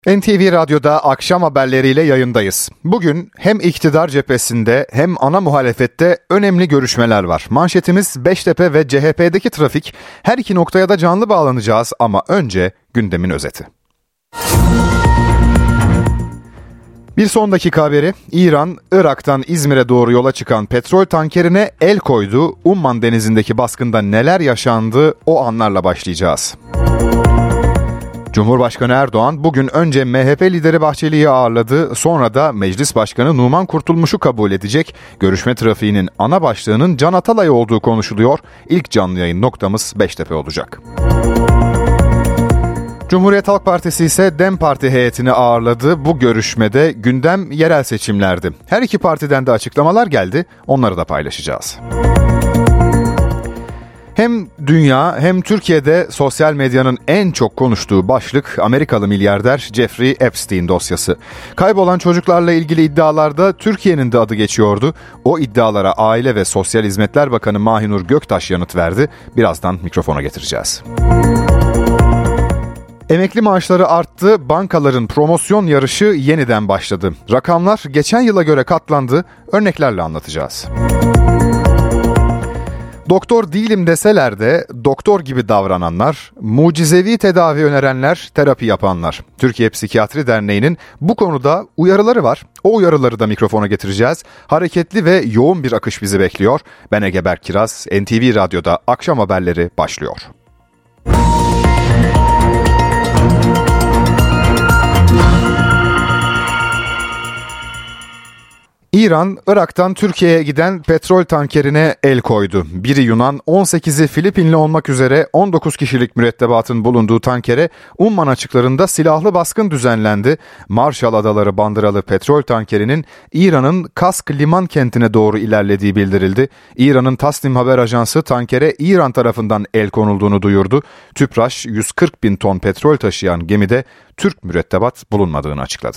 NTV Radyo'da akşam haberleriyle yayındayız. Bugün hem iktidar cephesinde hem ana muhalefette önemli görüşmeler var. Manşetimiz Beştepe ve CHP'deki trafik. Her iki noktaya da canlı bağlanacağız ama önce gündemin özeti. Bir son dakika haberi. İran, Irak'tan İzmir'e doğru yola çıkan petrol tankerine el koydu. Umman Denizi'ndeki baskında neler yaşandı o anlarla başlayacağız. Cumhurbaşkanı Erdoğan bugün önce MHP lideri Bahçeli'yi ağırladı, sonra da Meclis Başkanı Numan Kurtulmuş'u kabul edecek. Görüşme trafiğinin ana başlığının Can Atalay olduğu konuşuluyor. İlk canlı yayın noktamız Beştepe olacak. Cumhuriyet Halk Partisi ise DEM Parti heyetini ağırladı. Bu görüşmede gündem yerel seçimlerdi. Her iki partiden de açıklamalar geldi, onları da paylaşacağız. Hem dünya hem Türkiye'de sosyal medyanın en çok konuştuğu başlık Amerikalı milyarder Jeffrey Epstein dosyası. Kaybolan çocuklarla ilgili iddialarda Türkiye'nin de adı geçiyordu. O iddialara Aile ve Sosyal Hizmetler Bakanı Mahinur Göktaş yanıt verdi. Birazdan mikrofona getireceğiz. Emekli maaşları arttı, bankaların promosyon yarışı yeniden başladı. Rakamlar geçen yıla göre katlandı, örneklerle anlatacağız. Doktor değilim deseler de doktor gibi davrananlar, mucizevi tedavi önerenler, terapi yapanlar. Türkiye Psikiyatri Derneği'nin bu konuda uyarıları var. O uyarıları da mikrofona getireceğiz. Hareketli ve yoğun bir akış bizi bekliyor. Ben Ege Berk Kiraz, NTV Radyo'da akşam haberleri başlıyor. İran, Irak'tan Türkiye'ye giden petrol tankerine el koydu. Biri Yunan, 18'i Filipinli olmak üzere 19 kişilik mürettebatın bulunduğu tankere Umman açıklarında silahlı baskın düzenlendi. Marshall Adaları bandıralı petrol tankerinin İran'ın Kask liman kentine doğru ilerlediği bildirildi. İran'ın Tasnim haber ajansı tankere İran tarafından el konulduğunu duyurdu. Tüpraş 140 bin ton petrol taşıyan gemide Türk mürettebat bulunmadığını açıkladı.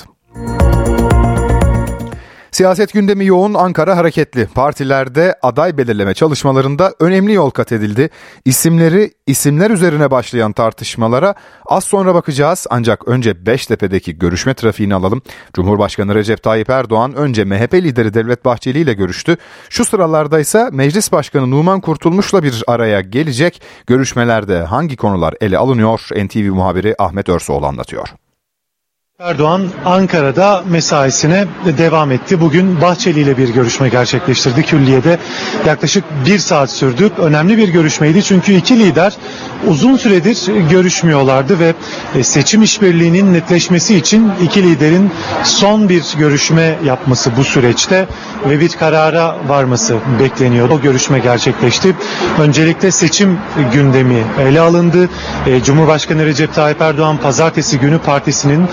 Siyaset gündemi yoğun, Ankara hareketli. Partilerde aday belirleme çalışmalarında önemli yol kat edildi. İsimler üzerine başlayan tartışmalara az sonra bakacağız. Ancak önce Beştepe'deki görüşme trafiğini alalım. Cumhurbaşkanı Recep Tayyip Erdoğan önce MHP lideri Devlet Bahçeli ile görüştü. Şu sıralarda ise Meclis Başkanı Numan Kurtulmuş'la bir araya gelecek. Görüşmelerde hangi konular ele alınıyor? NTV muhabiri Ahmet Örsoğlu anlatıyor. Erdoğan Ankara'da mesaisine devam etti. Bugün Bahçeli ile bir görüşme gerçekleştirdi. Külliye'de yaklaşık 1 saat sürdü. Önemli bir görüşmeydi çünkü iki lider uzun süredir görüşmüyorlardı ve seçim işbirliğinin netleşmesi için iki liderin son bir görüşme yapması bu süreçte ve bir karara varması bekleniyordu. O görüşme gerçekleşti. Öncelikle seçim gündemi ele alındı. Cumhurbaşkanı Recep Tayyip Erdoğan pazartesi günü partisinin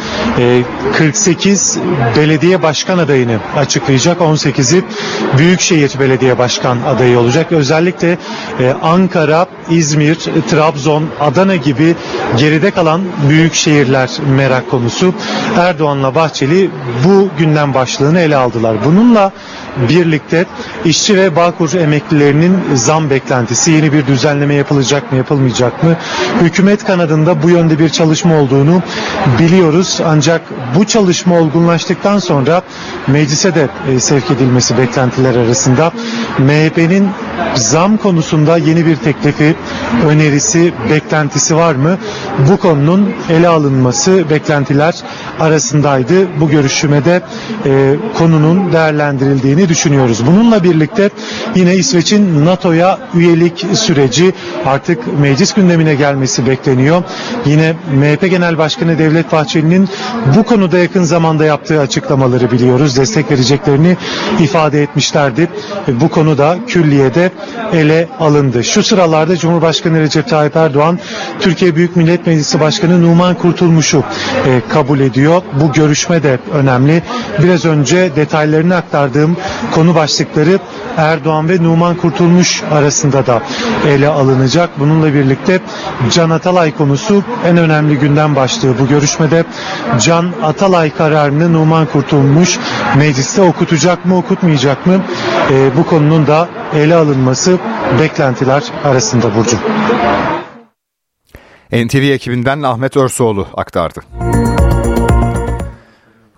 48 belediye başkan adayını açıklayacak. 18'i Büyükşehir Belediye Başkan adayı olacak. Özellikle Ankara, İzmir, Trabzon, Adana gibi geride kalan büyük şehirler merak konusu. Erdoğan'la Bahçeli bu gündem başlığını ele aldılar. Bununla birlikte işçi ve Bağkur emeklilerinin zam beklentisi, yeni bir düzenleme yapılacak mı yapılmayacak mı? Hükümet kanadında bu yönde bir çalışma olduğunu biliyoruz. Ancak bu çalışma olgunlaştıktan sonra meclise de sevk edilmesi beklentiler arasında. MHP'nin zam konusunda yeni bir teklifi, önerisi, beklentisi var mı? Bu konunun ele alınması beklentiler arasındaydı. Bu görüşmede konunun değerlendirildiğini düşünüyoruz. Bununla birlikte yine İsveç'in NATO'ya üyelik süreci artık meclis gündemine gelmesi bekleniyor. Yine MHP Genel Başkanı Devlet Bahçeli'nin bu konuda yakın zamanda yaptığı açıklamaları biliyoruz. Destek vereceklerini ifade etmişlerdi. Bu konuda külliyede ele alındı. Şu sıralarda Cumhurbaşkanı Recep Tayyip Erdoğan Türkiye Büyük Millet Meclisi Başkanı Numan Kurtulmuş'u kabul ediyor. Bu görüşme de önemli. Biraz önce detaylarını aktardığım konu başlıkları Erdoğan ve Numan Kurtulmuş arasında da ele alınacak. Bununla birlikte Can Atalay konusu en önemli gündem başlığı. Bu görüşmede Can Atalay kararını Numan Kurtulmuş mecliste okutacak mı, okutmayacak mı? Bu konunun da ele alınması beklentiler arasında Burcu. NTV ekibinden Ahmet Örsoğlu aktardı.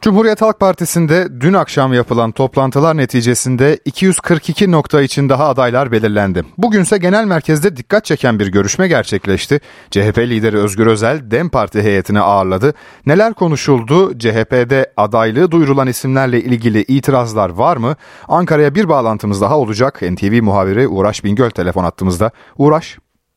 Cumhuriyet Halk Partisi'nde dün akşam yapılan toplantılar neticesinde 242 nokta için daha adaylar belirlendi. Bugünse genel merkezde dikkat çeken bir görüşme gerçekleşti. CHP lideri Özgür Özel DEM Parti heyetini ağırladı. Neler konuşuldu? CHP'de adaylığı duyurulan isimlerle ilgili itirazlar var mı? Ankara'ya bir bağlantımız daha olacak. NTV muhabiri Uğraş Bingöl telefon attığımızda. Uğraş.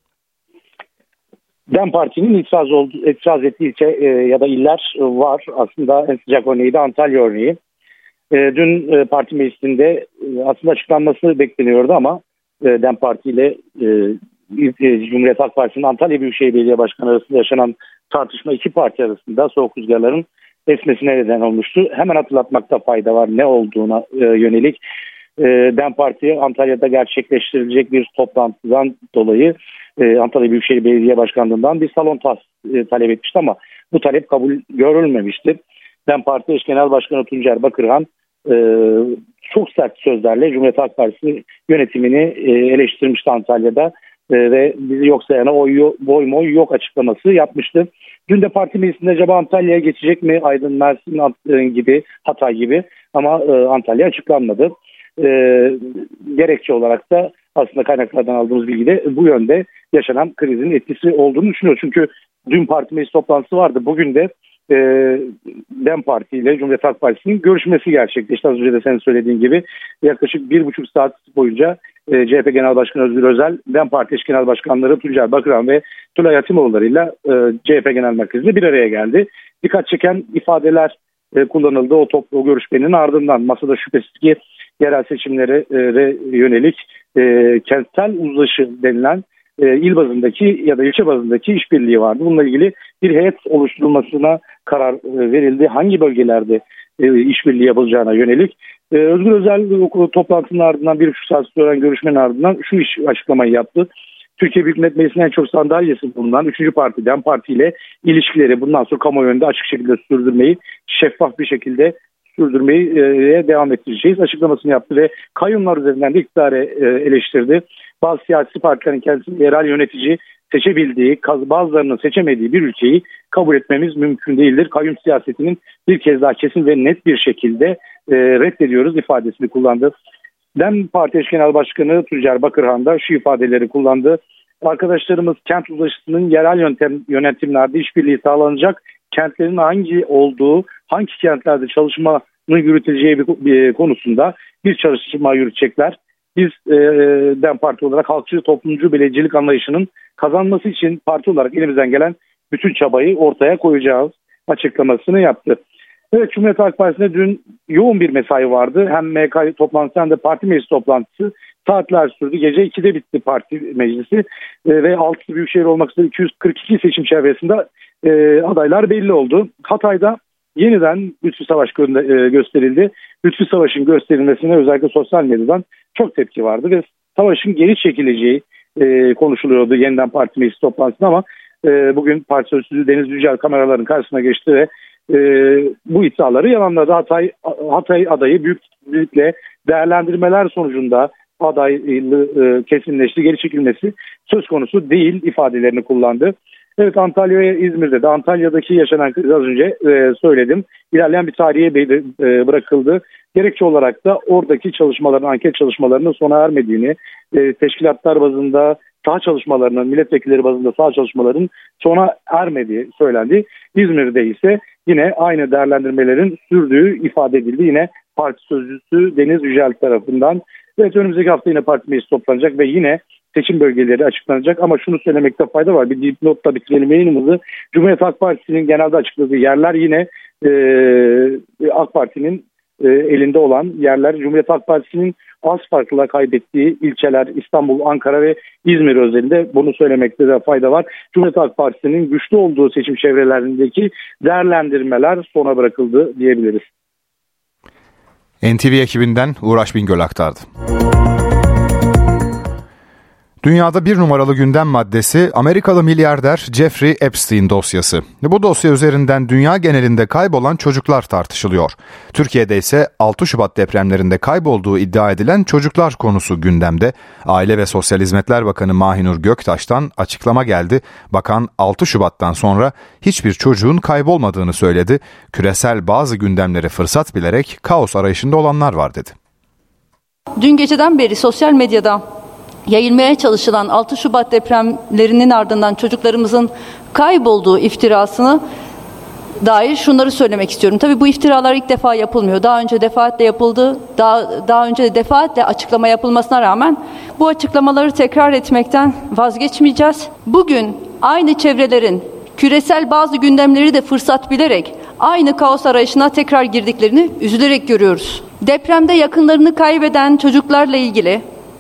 DEM Parti'nin itiraz ettiği ilçe ya da iller var. Aslında en sıcak örneği de Antalya örneği. Dün parti meclisinde aslında açıklanması bekleniyordu ama DEM Parti ile Cumhuriyet Halk Partisi'nin Antalya Büyükşehir Belediye Başkanı arasında yaşanan tartışma iki parti arasında soğuk rüzgarların esmesine neden olmuştu. Hemen hatırlatmakta fayda var ne olduğuna yönelik. DEM Parti Antalya'da gerçekleştirilecek bir toplantıdan dolayı Antalya Büyükşehir Belediye Başkanlığı'ndan bir salon talep etmişti ama bu talep kabul görülmemişti. DEM Parti Eş Genel Başkanı Tuncer Bakırhan çok sert sözlerle Cumhuriyet Halk Partisi yönetimini eleştirmişti Antalya'da ve bizi yok sayana boy moy yok açıklaması yapmıştı. Dün de parti meclisinde acaba Antalya'ya geçecek mi? Aydın, Mersin gibi, Hatay gibi ama Antalya açıklanmadı. Gerekçe olarak da aslında kaynaklardan aldığımız bilgi de bu yönde yaşanan krizin etkisi olduğunu düşünüyoruz. Çünkü dün parti meclis toplantısı vardı. Bugün de DEM Parti ile Cumhuriyet Halk Partisi'nin görüşmesi gerçekleşti. Az önce de senin söylediğin gibi yaklaşık 1,5 saat boyunca CHP Genel Başkanı Özgür Özel, DEM Parti Eş Genel Başkanları Tuncer Bakıran ve Tülay Hatimoğulları'yla CHP Genel Merkezi'nde bir araya geldi. Dikkat çeken ifadeler kullanıldı o görüşmenin ardından. Masada şüphesiz ki yerel seçimlere yönelik kentsel uzlaşı denilen il bazındaki ya da ilçe bazındaki işbirliği vardı. Bununla ilgili bir heyet oluşturulmasına karar verildi. Hangi bölgelerde işbirliği yapılacağına yönelik. Özgür Özel toplantının ardından 1,5 saat süren görüşmenin ardından şu açıklamayı yaptı. Türkiye Büyük Millet Meclisi'nin en çok sandalyesi bulunan 3. Parti DEM Parti ile ilişkileri bundan sonra kamuoyunda açık şekilde sürdürmeyi, şeffaf bir şekilde sürdürmeyi devam ettireceğiz açıklamasını yaptı ve kayyumlar üzerinden de iktidarı eleştirdi. Bazı siyasi partilerin kendisini yerel yönetici seçebildiği, bazılarının seçemediği bir ülkeyi kabul etmemiz mümkün değildir. Kayyum siyasetinin bir kez daha kesin ve net bir şekilde reddediyoruz ifadesini kullandı. DEM Parti Eş Genel Başkanı Tuncer Bakırhan da şu ifadeleri kullandı. Arkadaşlarımız kent uzlaşısının yerel yönetimlerde işbirliği sağlanacak, kentlerin hangi olduğu, hangi kentlerde çalışmanın yürütüleceği bir konusunda bir çalışma yürütecekler. Biz DEM Parti olarak halkçı toplumcu belediyecilik anlayışının kazanması için parti olarak elimizden gelen bütün çabayı ortaya koyacağız açıklamasını yaptı. Evet, Cumhuriyet Halk Partisi'nde dün yoğun bir mesai vardı. Hem MK toplantısı hem de parti meclis toplantısı saatler sürdü. Gece 2'de bitti parti meclisi ve 6 büyükşehir olmak üzere 242 seçim çevresinde adaylar belli oldu. Hatay'da yeniden Lütfü Savaş gösterildi. Lütfü Savaş'ın gösterilmesine özellikle sosyal medyadan çok tepki vardı ve Savaş'ın geri çekileceği konuşuluyordu yeniden parti meclis toplantısında ama bugün parti sözcüsü Deniz Yücel kameraların karşısına geçti ve bu iddiaları yalanladı. Hatay adayı büyükle değerlendirmeler sonucunda adaylığı kesinleşti, geri çekilmesi söz konusu değil ifadelerini kullandı. Evet, Antalya ve İzmir'de de Antalya'daki yaşanan kriz az önce söyledim. İlerleyen bir tarihe bırakıldı. Gerekçe olarak da oradaki çalışmaların, anket çalışmalarının sona ermediğini, teşkilatlar bazında saha çalışmalarının, milletvekilleri bazında saha çalışmalarının sona ermediği söylendi. İzmir'de ise yine aynı değerlendirmelerin sürdüğü ifade edildi. Yine parti sözcüsü Deniz Yücel tarafından. Evet, önümüzdeki hafta yine parti meclisi toplanacak ve yine seçim bölgeleri açıklanacak ama şunu söylemekte fayda var. Bir dipnotla bitirelim yayınımızı. Cumhuriyet Halk Partisi'nin genelde açıkladığı yerler yine AK Parti'nin elinde olan yerler. Cumhuriyet Halk Partisi'nin az farkla kaybettiği ilçeler İstanbul, Ankara ve İzmir özelinde bunu söylemekte de fayda var. Cumhuriyet Halk Partisi'nin güçlü olduğu seçim çevrelerindeki değerlendirmeler sona bırakıldı diyebiliriz. NTV ekibinden Uğraş Bingöl aktardı. Dünyada bir numaralı gündem maddesi Amerikalı milyarder Jeffrey Epstein dosyası. Bu dosya üzerinden dünya genelinde kaybolan çocuklar tartışılıyor. Türkiye'de ise 6 Şubat depremlerinde kaybolduğu iddia edilen çocuklar konusu gündemde. Aile ve Sosyal Hizmetler Bakanı Mahinur Göktaş'tan açıklama geldi. Bakan 6 Şubat'tan sonra hiçbir çocuğun kaybolmadığını söyledi. Küresel bazı gündemleri fırsat bilerek kaos arayışında olanlar var dedi. Dün geceden beri sosyal medyada yayılmaya çalışılan 6 Şubat depremlerinin ardından çocuklarımızın kaybolduğu iftirasını dair şunları söylemek istiyorum. Tabii bu iftiralar ilk defa yapılmıyor. Daha önce defaatle yapıldı. Daha önce defaatle açıklama yapılmasına rağmen bu açıklamaları tekrar etmekten vazgeçmeyeceğiz. Bugün aynı çevrelerin küresel bazı gündemleri de fırsat bilerek aynı kaos arayışına tekrar girdiklerini üzülerek görüyoruz. Depremde yakınlarını kaybeden çocuklarla ilgili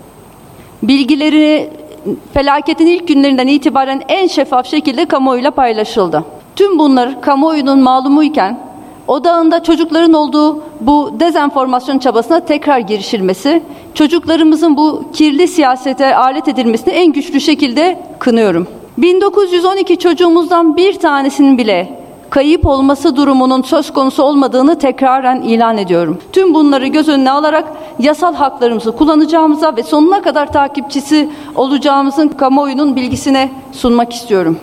bilgileri felaketin ilk günlerinden itibaren en şeffaf şekilde kamuoyuyla paylaşıldı. Tüm bunlar kamuoyunun malumuyken odağında çocukların olduğu bu dezenformasyon çabasına tekrar girişilmesi, çocuklarımızın bu kirli siyasete alet edilmesini en güçlü şekilde kınıyorum. 1912 çocuğumuzdan bir tanesinin bile kayıp olması durumunun söz konusu olmadığını tekraren ilan ediyorum. Tüm bunları göz önüne alarak yasal haklarımızı kullanacağımıza ve sonuna kadar takipçisi olacağımızın kamuoyunun bilgisine sunmak istiyorum.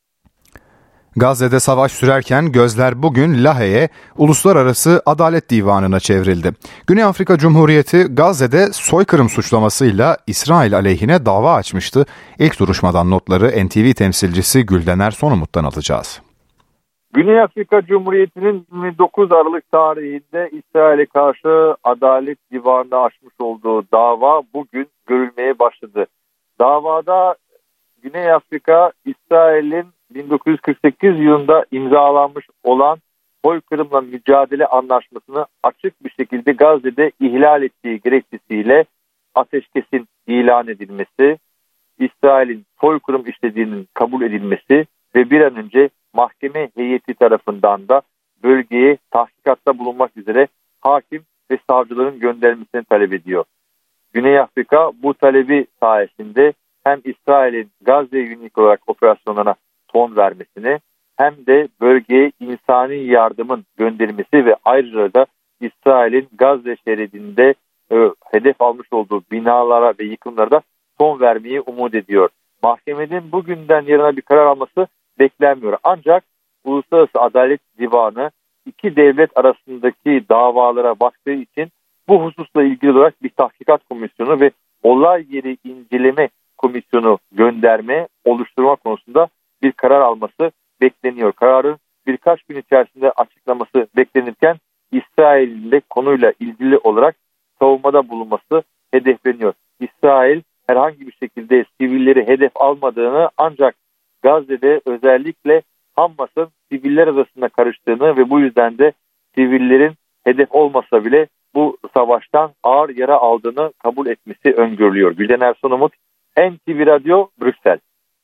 Gazze'de savaş sürerken gözler bugün Lahey'e, Uluslararası Adalet Divanı'na çevrildi. Güney Afrika Cumhuriyeti Gazze'de soykırım suçlamasıyla İsrail aleyhine dava açmıştı. İlk duruşmadan notları NTV temsilcisi Güldener Sonumut'tan alacağız. Güney Afrika Cumhuriyeti'nin 29 Aralık tarihinde İsrail'e karşı Adalet Divanı'na açmış olduğu dava bugün görülmeye başladı. Davada Güney Afrika, İsrail'in 1948 yılında imzalanmış olan soykırımla mücadele anlaşmasını açık bir şekilde Gazze'de ihlal ettiği gerekçesiyle ateşkesin ilan edilmesi, İsrail'in soykırım işlediğinin kabul edilmesi ve bir an önce mahkeme heyeti tarafından da bölgeye tahkikatta bulunmak üzere hakim ve savcıların gönderilmesini talep ediyor. Güney Afrika bu talebi sayesinde hem İsrail'in Gazze'ye yönelik olarak operasyonlarına son vermesini hem de bölgeye insani yardımın gönderilmesi ve ayrıca da İsrail'in Gazze şeridinde hedef almış olduğu binalara ve yıkımlara da son vermeyi umut ediyor. Mahkemenin bugünden yarına bir karar alması beklenmiyor. Ancak Uluslararası Adalet Divanı iki devlet arasındaki davalara baktığı için bu hususla ilgili olarak bir tahkikat komisyonu ve olay yeri inceleme komisyonu oluşturma konusunda bir karar alması bekleniyor. Kararın birkaç gün içerisinde açıklaması beklenirken İsrail'in de konuyla ilgili olarak savunmada bulunması hedefleniyor. İsrail herhangi bir şekilde sivilleri hedef almadığını ancak Gazze'de özellikle Hamas'ın siviller arasında karıştığını ve bu yüzden de sivillerin hedef olmasa bile bu savaştan ağır yara aldığını kabul etmesi öngörülüyor. Güldener Sonumut, NTV Radyo, Brüksel.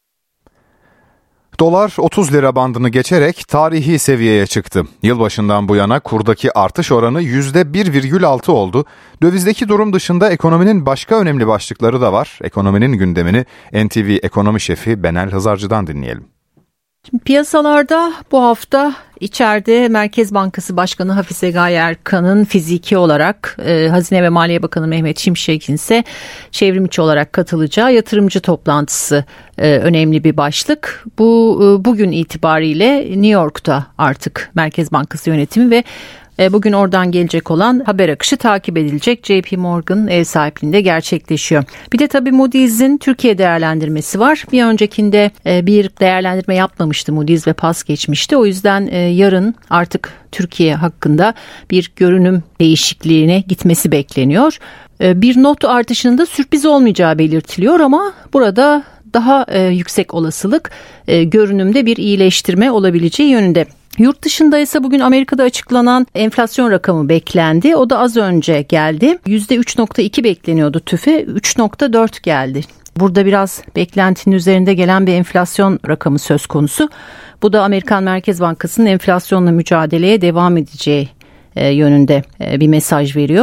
Dolar 30 lira bandını geçerek tarihi seviyeye çıktı. Yılbaşından bu yana kurdaki artış oranı %1,6 oldu. Dövizdeki durum dışında ekonominin başka önemli başlıkları da var. Ekonominin gündemini NTV Ekonomi Şefi Benel Hızarcı'dan dinleyelim. Şimdi piyasalarda bu hafta içeride Merkez Bankası Başkanı Hafize Gaye Erkan'ın fiziki olarak Hazine ve Maliye Bakanı Mehmet Şimşek'in ise çevrimiçi olarak katılacağı yatırımcı toplantısı önemli bir başlık. Bugün itibariyle New York'ta artık Merkez Bankası yönetimi ve bugün oradan gelecek olan haber akışı takip edilecek. JP Morgan ev sahipliğinde gerçekleşiyor. Bir de tabii Moody's'in Türkiye değerlendirmesi var. Bir öncekinde bir değerlendirme yapmamıştı Moody's ve pas geçmişti. O yüzden yarın artık Türkiye hakkında bir görünüm değişikliğine gitmesi bekleniyor. Bir not artışının da sürpriz olmayacağı belirtiliyor ama burada daha yüksek olasılık görünümde bir iyileştirme olabileceği yönünde. Yurt dışında ise bugün Amerika'da açıklanan enflasyon rakamı beklendi. O da az önce geldi. %3,2 bekleniyordu TÜFE, 3,4 geldi. Burada biraz beklentinin üzerinde gelen bir enflasyon rakamı söz konusu. Bu da Amerikan Merkez Bankası'nın enflasyonla mücadeleye devam edeceği yönünde bir mesaj veriyor.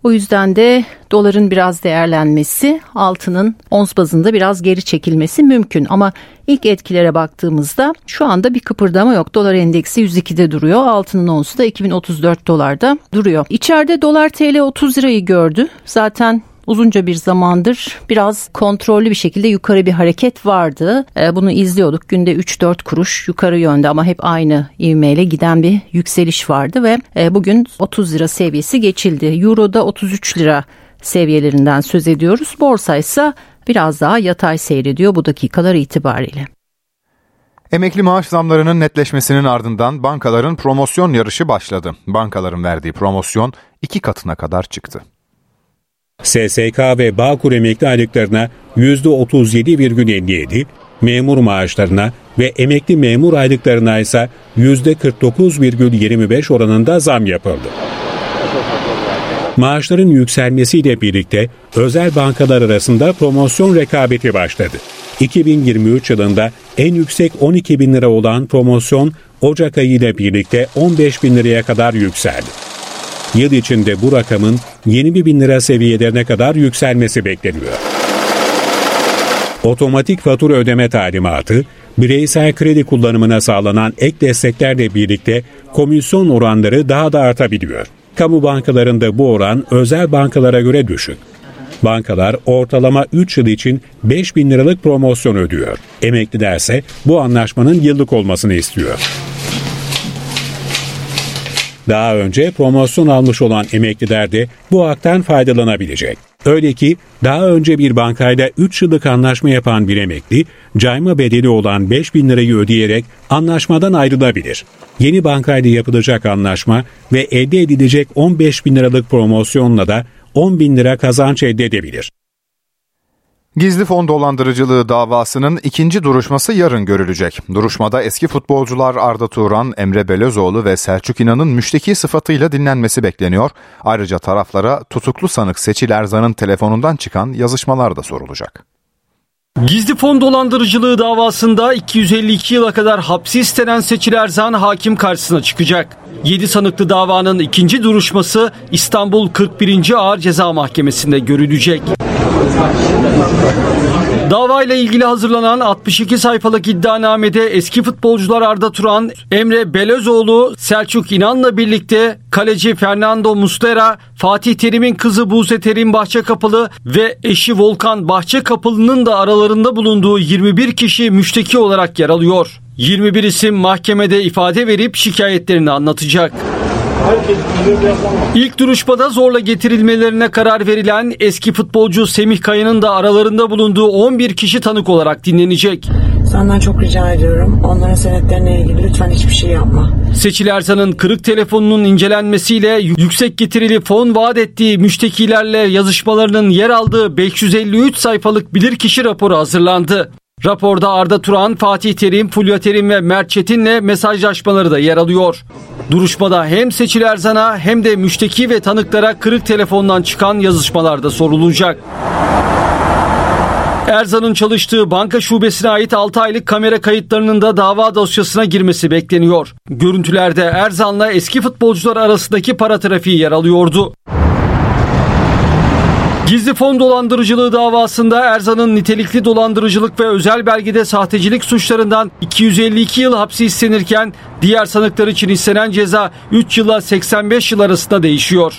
O yüzden de doların biraz değerlenmesi, altının ons bazında biraz geri çekilmesi mümkün. Ama ilk etkilere baktığımızda şu anda bir kıpırdama yok. Dolar endeksi 102'de duruyor. Altının onsu da 2034 dolarda duruyor. İçeride dolar TL 30 lirayı gördü. Zaten uzunca bir zamandır biraz kontrollü bir şekilde yukarı bir hareket vardı. Bunu izliyorduk. Günde 3-4 kuruş yukarı yönde ama hep aynı ivmeyle giden bir yükseliş vardı ve bugün 30 lira seviyesi geçildi. Euro'da 33 lira seviyelerinden söz ediyoruz. Borsa ise biraz daha yatay seyrediyor bu dakikalar itibariyle. Emekli maaş zamlarının netleşmesinin ardından bankaların promosyon yarışı başladı. Bankaların verdiği promosyon 2 katına kadar çıktı. SSK ve Bağkur emekli aylıklarına %37,57, memur maaşlarına ve emekli memur aylıklarına ise %49,25 oranında zam yapıldı. Maaşların yükselmesiyle birlikte özel bankalar arasında promosyon rekabeti başladı. 2023 yılında en yüksek 12 bin lira olan promosyon Ocak ayı ile birlikte 15 bin liraya kadar yükseldi. Yıl içinde bu rakamın 20 bin lira seviyelerine kadar yükselmesi bekleniyor. Otomatik fatura ödeme talimatı, bireysel kredi kullanımına sağlanan ek desteklerle birlikte komisyon oranları daha da artabiliyor. Kamu bankalarında bu oran özel bankalara göre düşük. Bankalar ortalama 3 yıl için 5 bin liralık promosyon ödüyor. Emeklilerse bu anlaşmanın yıllık olmasını istiyor. Daha önce promosyon almış olan emekliler de bu haktan faydalanabilecek. Öyle ki daha önce bir bankayla 3 yıllık anlaşma yapan bir emekli, cayma bedeli olan 5 bin lirayı ödeyerek anlaşmadan ayrılabilir. Yeni bankayla yapılacak anlaşma ve elde edilecek 15 bin liralık promosyonla da 10 bin lira kazanç elde edebilir. Gizli fon dolandırıcılığı davasının ikinci duruşması yarın görülecek. Duruşmada eski futbolcular Arda Turan, Emre Belözoğlu ve Selçuk İnan'ın müşteki sıfatıyla dinlenmesi bekleniyor. Ayrıca taraflara tutuklu sanık Seçil Erzan'ın telefonundan çıkan yazışmalar da sorulacak. Gizli fon dolandırıcılığı davasında 252 yıla kadar hapsi istenen Seçil Erzan hakim karşısına çıkacak. 7 sanıklı davanın ikinci duruşması İstanbul 41. Ağır Ceza Mahkemesi'nde görülecek. Davayla ilgili hazırlanan 62 sayfalık iddianamede eski futbolcular Arda Turan, Emre Belözoğlu, Selçuk İnan'la birlikte kaleci Fernando Muslera, Fatih Terim'in kızı Buse Terim Bahçekapılı ve eşi Volkan Bahçekapılı'nın da aralarında bulunduğu 21 kişi müşteki olarak yer alıyor. 21 isim mahkemede ifade verip şikayetlerini anlatacak. İlk duruşmada zorla getirilmelerine karar verilen eski futbolcu Semih Kaya'nın da aralarında bulunduğu 11 kişi tanık olarak dinlenecek. Senden çok rica ediyorum. Onların senetlerine ilgili lütfen hiçbir şey yapma. Seçil Erzan'ın kırık telefonunun incelenmesiyle yüksek getirili fon vaat ettiği müştekilerle yazışmalarının yer aldığı 553 sayfalık bilirkişi raporu hazırlandı. Raporda Arda Turan, Fatih Terim, Fulya Terim ve Mert Çetin'le mesajlaşmaları da yer alıyor. Duruşmada hem Seçil Erzan'a hem de müşteki ve tanıklara kırık telefondan çıkan yazışmalar da sorulacak. Erzan'ın çalıştığı banka şubesine ait 6 aylık kamera kayıtlarının da dava dosyasına girmesi bekleniyor. Görüntülerde Erzan'la eski futbolcular arasındaki para trafiği yer alıyordu. Gizli fon dolandırıcılığı davasında Erzan'ın nitelikli dolandırıcılık ve özel belgede sahtecilik suçlarından 252 yıl hapsi istenirken diğer sanıklar için istenen ceza 3 yıla 85 yıl arasında değişiyor.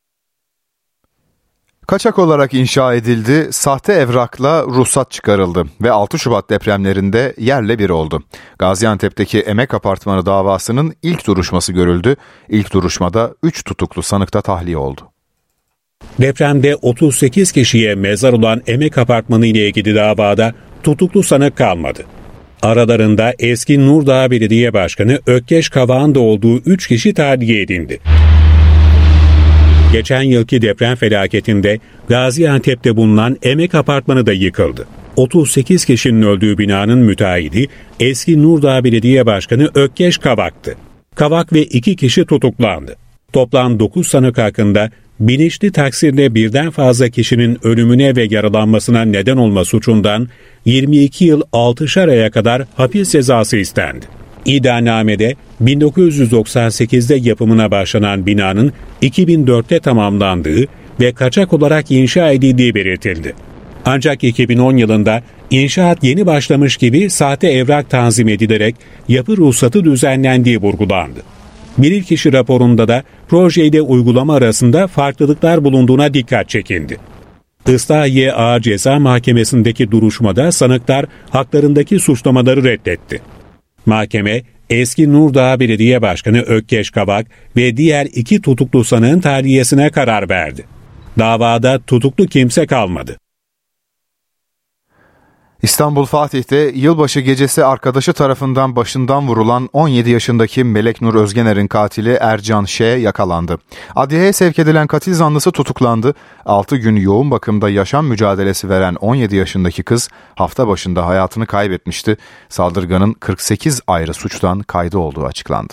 Kaçak olarak inşa edildi, sahte evrakla ruhsat çıkarıldı ve 6 Şubat depremlerinde yerle bir oldu. Gaziantep'teki Emek Apartmanı davasının ilk duruşması görüldü. İlk duruşmada 3 tutuklu sanıkta tahliye oldu. Depremde 38 kişiye mezar olan Emek Apartmanı ile ilgili davada tutuklu sanık kalmadı. Aralarında eski Nurdağ Belediye Başkanı Ökkeş Kavak'ın da olduğu 3 kişi tahliye edildi. Geçen yılki deprem felaketinde Gaziantep'te bulunan Emek Apartmanı da yıkıldı. 38 kişinin öldüğü binanın müteahhidi eski Nurdağ Belediye Başkanı Ökkeş Kavak'tı. Kavak ve 2 kişi tutuklandı. Toplam 9 sanık hakkında bilinçli taksirle birden fazla kişinin ölümüne ve yaralanmasına neden olma suçundan 22 yıl 6'şar aya kadar hapis cezası istendi. İddianamede 1998'de yapımına başlanan binanın 2004'te tamamlandığı, ve kaçak olarak inşa edildiği belirtildi. Ancak 2010 yılında inşaat yeni başlamış gibi sahte evrak tanzim edilerek yapı ruhsatı düzenlendiği vurgulandı. Bilirkişi raporunda da projeyle uygulama arasında farklılıklar bulunduğuna dikkat çekildi. Islahiye Ağır Ceza Mahkemesi'ndeki duruşmada sanıklar haklarındaki suçlamaları reddetti. Mahkeme, eski Nurdağ Belediye Başkanı Ökkeş Kavak ve diğer 2 tutuklu sanığın tahliyesine karar verdi. Davada tutuklu kimse kalmadı. İstanbul Fatih'te yılbaşı gecesi arkadaşı tarafından başından vurulan 17 yaşındaki Melek Nur Özgener'in katili Ercan Ş. yakalandı. Adliyeye sevk edilen katil zanlısı tutuklandı. 6 gün yoğun bakımda yaşam mücadelesi veren 17 yaşındaki kız hafta başında hayatını kaybetmişti. Saldırganın 48 ayrı suçtan kaydı olduğu açıklandı.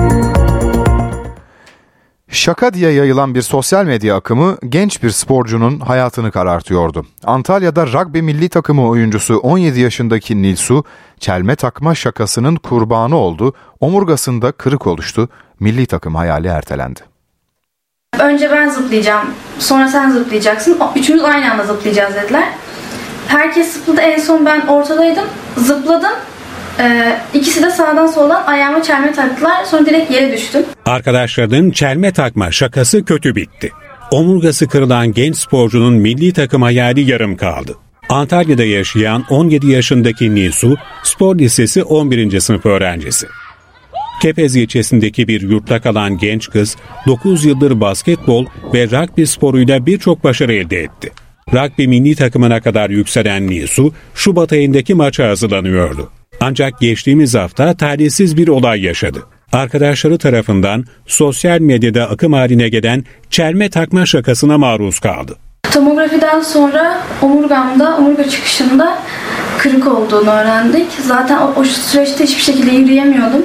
Şaka diye yayılan bir sosyal medya akımı genç bir sporcunun hayatını karartıyordu. Antalya'da rugby milli takımı oyuncusu 17 yaşındaki Nilsu, çelme takma şakasının kurbanı oldu, omurgasında kırık oluştu, milli takım hayali ertelendi. Önce ben zıplayacağım, sonra sen zıplayacaksın, üçümüz aynı anda zıplayacağız dediler. Herkes zıpladı, en son ben ortadaydım, zıpladım. İkisi de sağdan soldan ayağıma çelme taktılar. Sonra direkt yere düştüm. Arkadaşlarının çelme takma şakası kötü bitti. Omurgası kırılan genç sporcunun milli takım hayali yarım kaldı. Antalya'da yaşayan 17 yaşındaki Nilsu, spor lisesi 11. sınıf öğrencisi. Kepez ilçesindeki bir yurtta kalan genç kız 9 yıldır basketbol ve rugby sporuyla birçok başarı elde etti. Rugby milli takımına kadar yükselen Nilsu, Şubat ayındaki maça hazırlanıyordu. Ancak geçtiğimiz hafta talihsiz bir olay yaşadı. Arkadaşları tarafından sosyal medyada akım haline gelen çelme takma şakasına maruz kaldı. Tomografiden sonra omurga çıkışında kırık olduğunu öğrendik. Zaten o süreçte hiçbir şekilde yürüyemiyordum.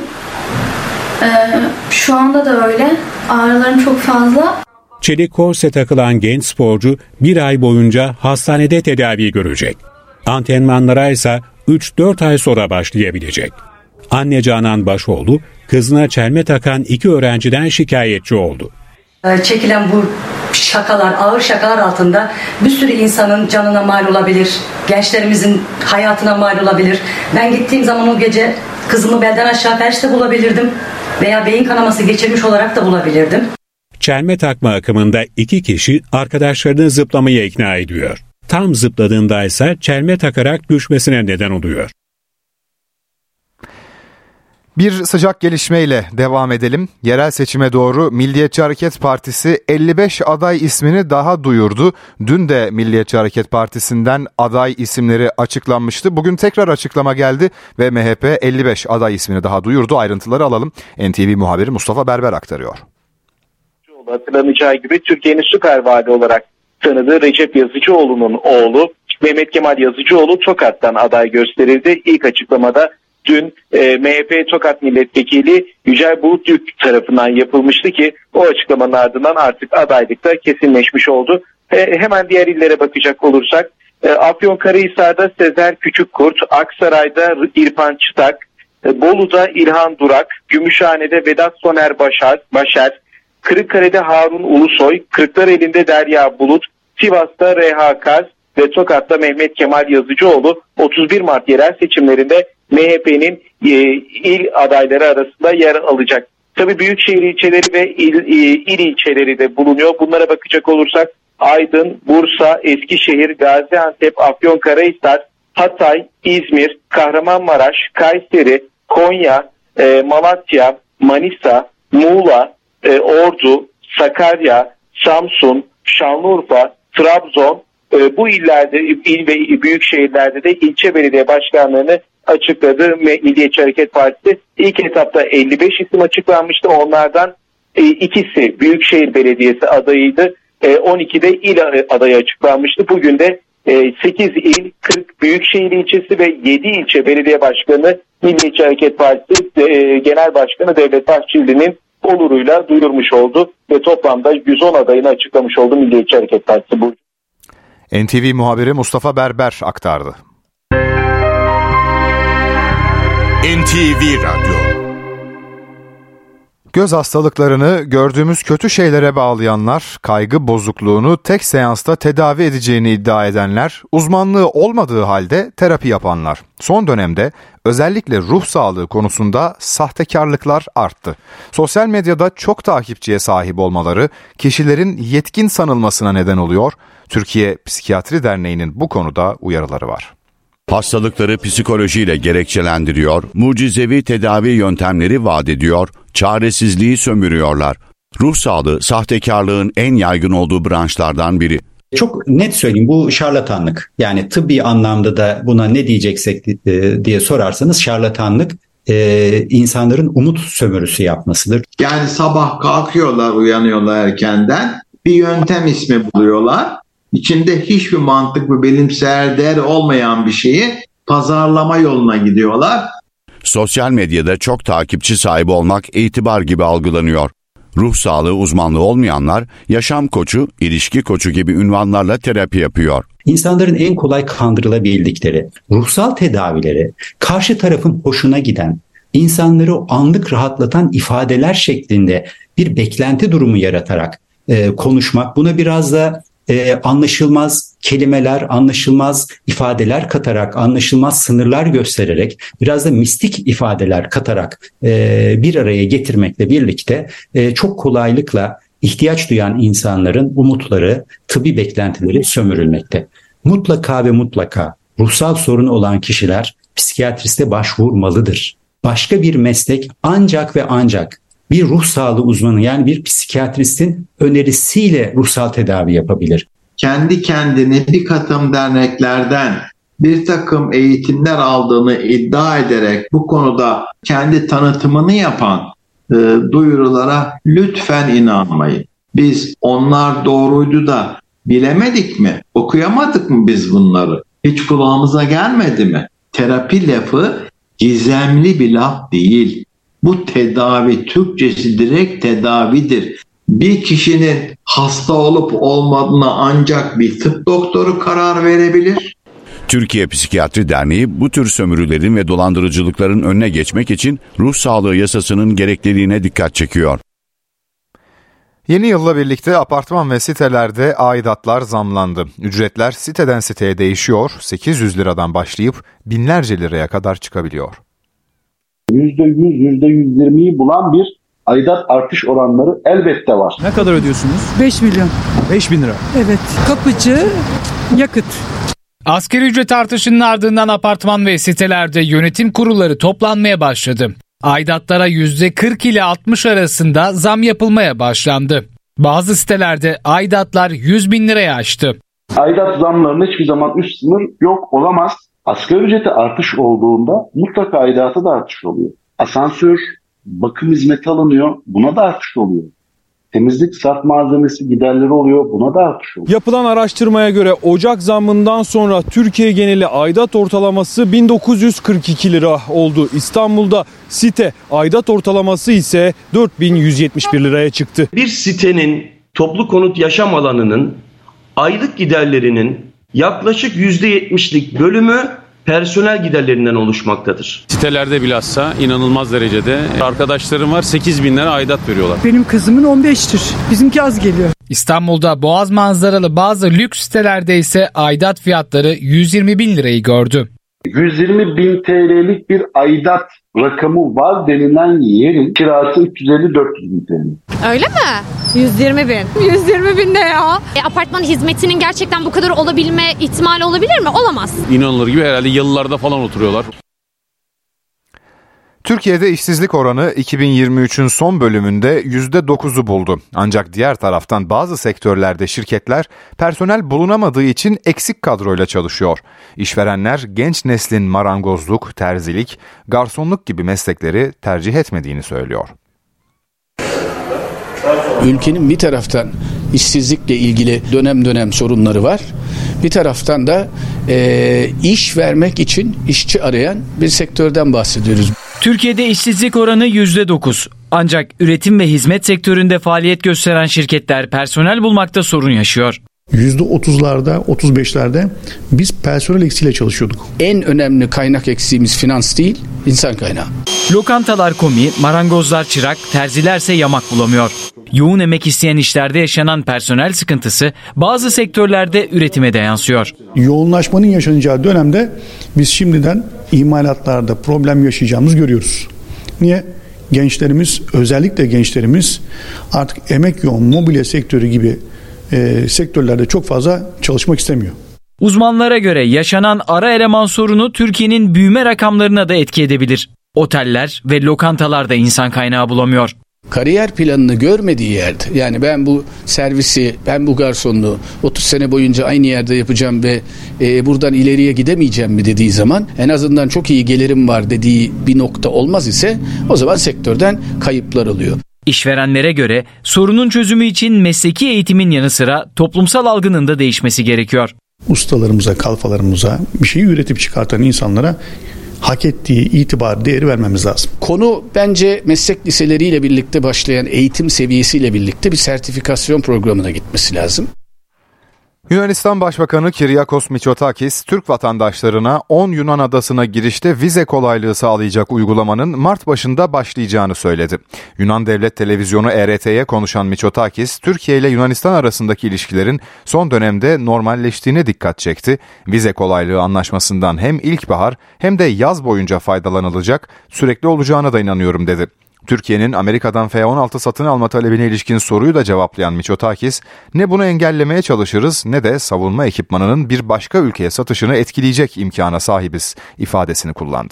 Şu anda da öyle. Ağrılarım çok fazla. Çelik korse takılan genç sporcu bir ay boyunca hastanede tedavi görecek. Antrenmanlara ise 3-4 ay sonra başlayabilecek. Anne Canan Başoğlu, kızına çelme takan 2 öğrenciden şikayetçi oldu. Çekilen bu şakalar, ağır şakalar altında bir sürü insanın canına mal olabilir, gençlerimizin hayatına mal olabilir. Ben gittiğim zaman o gece kızımı belden aşağı felçte bulabilirdim veya beyin kanaması geçirmiş olarak da bulabilirdim. Çelme takma akımında 2 kişi arkadaşlarını zıplamaya ikna ediyor. Tam zıpladığında ise çelme takarak düşmesine neden oluyor. Bir sıcak gelişmeyle devam edelim. Yerel seçime doğru Milliyetçi Hareket Partisi 55 aday ismini daha duyurdu. Dün de Milliyetçi Hareket Partisi'nden aday isimleri açıklanmıştı. Bugün tekrar açıklama geldi ve MHP 55 aday ismini daha duyurdu. Ayrıntıları alalım. NTV muhabiri Mustafa Berber aktarıyor. Hatırlanacağı gibi Türkiye'nin süper vali olarak tanıdığı Recep Yazıcıoğlu'nun oğlu Mehmet Kemal Yazıcıoğlu Tokat'tan aday gösterildi. İlk açıklamada dün MHP Tokat Milletvekili Yücel Bulutgök tarafından yapılmıştı ki o açıklamanın ardından artık adaylıkta kesinleşmiş oldu. Hemen diğer illere bakacak olursak Afyonkarahisar'da Sezer Küçükkurt, Aksaray'da İrfan Çıtak, Bolu'da İlhan Durak, Gümüşhane'de Vedat Soner Başer, Kırıkkale'de Harun Ulusoy, Kırklareli'nde Derya Bulut, Sivas'ta Reha Kaz ve Tokat'ta Mehmet Kemal Yazıcıoğlu 31 Mart yerel seçimlerinde MHP'nin il adayları arasında yer alacak. Tabii büyükşehir ilçeleri ve il ilçeleri de bulunuyor. Bunlara bakacak olursak Aydın, Bursa, Eskişehir, Gaziantep, Afyonkarahisar, Hatay, İzmir, Kahramanmaraş, Kayseri, Konya, Malatya, Manisa, Muğla, Ordu, Sakarya, Samsun, Şanlıurfa, Trabzon, bu illerde, il ve büyük şehirlerde de ilçe belediye başkanlarını açıkladı Milliyetçi Hareket Partisi. İlk etapta 55 isim açıklanmıştı. Onlardan ikisi Büyükşehir Belediyesi adayıydı. 12 de il adayı açıklanmıştı. Bugün de 8 il, 40 büyükşehir ilçesi ve 7 ilçe belediye başkanı Milliyetçi Hareket Partisi Genel Başkanı Devlet Bahçeli'nin oluruyla duyurmuş oldu ve toplamda 110 adayını açıklamış oldu Milliyetçi Hareket Partisi. Bu. NTV muhabiri Mustafa Berber aktardı. NTV Radyo. Göz hastalıklarını gördüğümüz kötü şeylere bağlayanlar, kaygı bozukluğunu tek seansta tedavi edeceğini iddia edenler, uzmanlığı olmadığı halde terapi yapanlar. Son dönemde özellikle ruh sağlığı konusunda sahtekarlıklar arttı. Sosyal medyada çok takipçiye sahip olmaları kişilerin yetkin sanılmasına neden oluyor. Türkiye Psikiyatri Derneği'nin bu konuda uyarıları var. Hastalıkları psikolojiyle gerekçelendiriyor, mucizevi tedavi yöntemleri vaat ediyor, çaresizliği sömürüyorlar. Ruh sağlığı, sahtekarlığın en yaygın olduğu branşlardan biri. Çok net söyleyeyim, bu şarlatanlık. Yani tıbbi anlamda da buna ne diyeceksek diye sorarsanız şarlatanlık insanların umut sömürüsü yapmasıdır. Yani sabah kalkıyorlar, uyanıyorlar erkenden, bir yöntem ismi buluyorlar. İçinde hiçbir mantık ve bilimsel değer olmayan bir şeyi pazarlama yoluna gidiyorlar. Sosyal medyada çok takipçi sahibi olmak itibar gibi algılanıyor. Ruh sağlığı uzmanlığı olmayanlar yaşam koçu, ilişki koçu gibi ünvanlarla terapi yapıyor. İnsanların en kolay kandırılabildikleri ruhsal tedavileri, karşı tarafın hoşuna giden, insanları anlık rahatlatan ifadeler şeklinde bir beklenti durumu yaratarak konuşmak, buna biraz da anlaşılmaz kelimeler, anlaşılmaz ifadeler katarak, anlaşılmaz sınırlar göstererek, biraz da mistik ifadeler katarak bir araya getirmekle birlikte çok kolaylıkla ihtiyaç duyan insanların umutları, tıbbi beklentileri sömürülmekte. Mutlaka ve mutlaka ruhsal sorunu olan kişiler psikiyatriste başvurmalıdır. Başka bir meslek ancak ve ancak bir ruh sağlığı uzmanı, yani bir psikiyatristin önerisiyle ruhsal tedavi yapabilir. Kendi kendine bir takım derneklerden bir takım eğitimler aldığını iddia ederek bu konuda kendi tanıtımını yapan duyurulara lütfen inanmayın. Biz onlar doğruydu da bilemedik mi? Okuyamadık mı biz bunları? Hiç kulağımıza gelmedi mi? Terapi lafı gizemli bir laf değil. Bu tedavi, Türkçesi direkt tedavidir. Bir kişinin hasta olup olmadığına ancak bir tıp doktoru karar verebilir. Türkiye Psikiyatri Derneği bu tür sömürülerin ve dolandırıcılıkların önüne geçmek için ruh sağlığı yasasının gerekliliğine dikkat çekiyor. Yeni yılla birlikte apartman ve sitelerde aidatlar zamlandı. Ücretler siteden siteye değişiyor, 800 liradan başlayıp binlerce liraya kadar çıkabiliyor. %100, %120'yi bulan bir aidat artış oranları elbette var. Ne kadar ödüyorsunuz? 5 milyon. 5 bin lira. Evet. Kapıcı, yakıt. Asgari ücret artışının ardından apartman ve sitelerde yönetim kurulları toplanmaya başladı. Aidatlara %40 ile 60 arasında zam yapılmaya başlandı. Bazı sitelerde aidatlar 100 bin liraya aştı. Aidat zamlarının hiçbir zaman üst sınır yok, olamaz. Asgari ücrete artış olduğunda mutlaka aidata da artış oluyor. Asansör, bakım hizmeti alınıyor, buna da artış oluyor. Temizlik, sarf malzemesi giderleri oluyor, buna da artış oluyor. Yapılan araştırmaya göre Ocak zammından sonra Türkiye geneli aidat ortalaması 1942 lira oldu. İstanbul'da site aidat ortalaması ise 4171 liraya çıktı. Bir sitenin toplu konut yaşam alanının aylık giderlerinin yaklaşık %70'lik bölümü personel giderlerinden oluşmaktadır. Sitelerde bilhassa inanılmaz derecede arkadaşlarım var, 8 bin lira aidat veriyorlar. Benim kızımın 15'tir. Bizimki az geliyor. İstanbul'da Boğaz manzaralı bazı lüks sitelerde ise aidat fiyatları 120 bin lirayı gördü. 120 bin TL'lik bir aidat rakamı var denilen yerin kirası 350-400 bin TL. Öyle mi? 120 bin. 120 bin ne ya? Apartman hizmetinin gerçekten bu kadar olabilme ihtimali olabilir mi? Olamaz. İnanılır gibi, herhalde yalılarda falan oturuyorlar. Türkiye'de işsizlik oranı 2023'ün son bölümünde %9'u buldu. Ancak diğer taraftan bazı sektörlerde şirketler personel bulunamadığı için eksik kadroyla çalışıyor. İşverenler genç neslin marangozluk, terzilik, garsonluk gibi meslekleri tercih etmediğini söylüyor. Ülkenin bir taraftan işsizlikle ilgili dönem dönem sorunları var. Bir taraftan da iş vermek için işçi arayan bir sektörden bahsediyoruz. Türkiye'de işsizlik oranı %9. Ancak üretim ve hizmet sektöründe faaliyet gösteren şirketler personel bulmakta sorun yaşıyor. %30'larda, 35'lerde biz personel eksiğiyle çalışıyorduk. En önemli kaynak eksiğimiz finans değil, insan kaynağı. Lokantalar komi, marangozlar çırak, terzilerse yamak bulamıyor. Yoğun emek isteyen işlerde yaşanan personel sıkıntısı bazı sektörlerde üretime de yansıyor. Yoğunlaşmanın yaşanacağı dönemde biz şimdiden imalatlarda problem yaşayacağımızı görüyoruz. Niye? Gençlerimiz, özellikle gençlerimiz artık emek yoğun mobilya sektörü gibi sektörlerde çok fazla çalışmak istemiyor. Uzmanlara göre yaşanan ara eleman sorunu Türkiye'nin büyüme rakamlarına da etki edebilir. Oteller ve lokantalarda insan kaynağı bulamıyor. Kariyer planını görmediği yerde, yani ben bu servisi, ben bu garsonluğu 30 sene boyunca aynı yerde yapacağım ve buradan ileriye gidemeyeceğim mi dediği zaman, en azından çok iyi gelirim var dediği bir nokta olmaz ise o zaman sektörden kayıplar oluyor. İşverenlere göre sorunun çözümü için mesleki eğitimin yanı sıra toplumsal algının da değişmesi gerekiyor. Ustalarımıza, kalfalarımıza, bir şeyi üretip çıkartan insanlara hak ettiği itibar, değeri vermemiz lazım. Konu bence meslek liseleriyle birlikte başlayan eğitim seviyesiyle birlikte bir sertifikasyon programına gitmesi lazım. Yunanistan Başbakanı Kyriakos Mitsotakis, Türk vatandaşlarına 10 Yunan adasına girişte vize kolaylığı sağlayacak uygulamanın Mart başında başlayacağını söyledi. Yunan Devlet Televizyonu ERT'ye konuşan Mitsotakis, Türkiye ile Yunanistan arasındaki ilişkilerin son dönemde normalleştiğine dikkat çekti. Vize kolaylığı anlaşmasından hem ilkbahar hem de yaz boyunca faydalanılacak, sürekli olacağına da inanıyorum dedi. Türkiye'nin Amerika'dan F-16 satın alma talebine ilişkin soruyu da cevaplayan Mitsotakis, ne bunu engellemeye çalışırız ne de savunma ekipmanının bir başka ülkeye satışını etkileyecek imkana sahibiz ifadesini kullandı.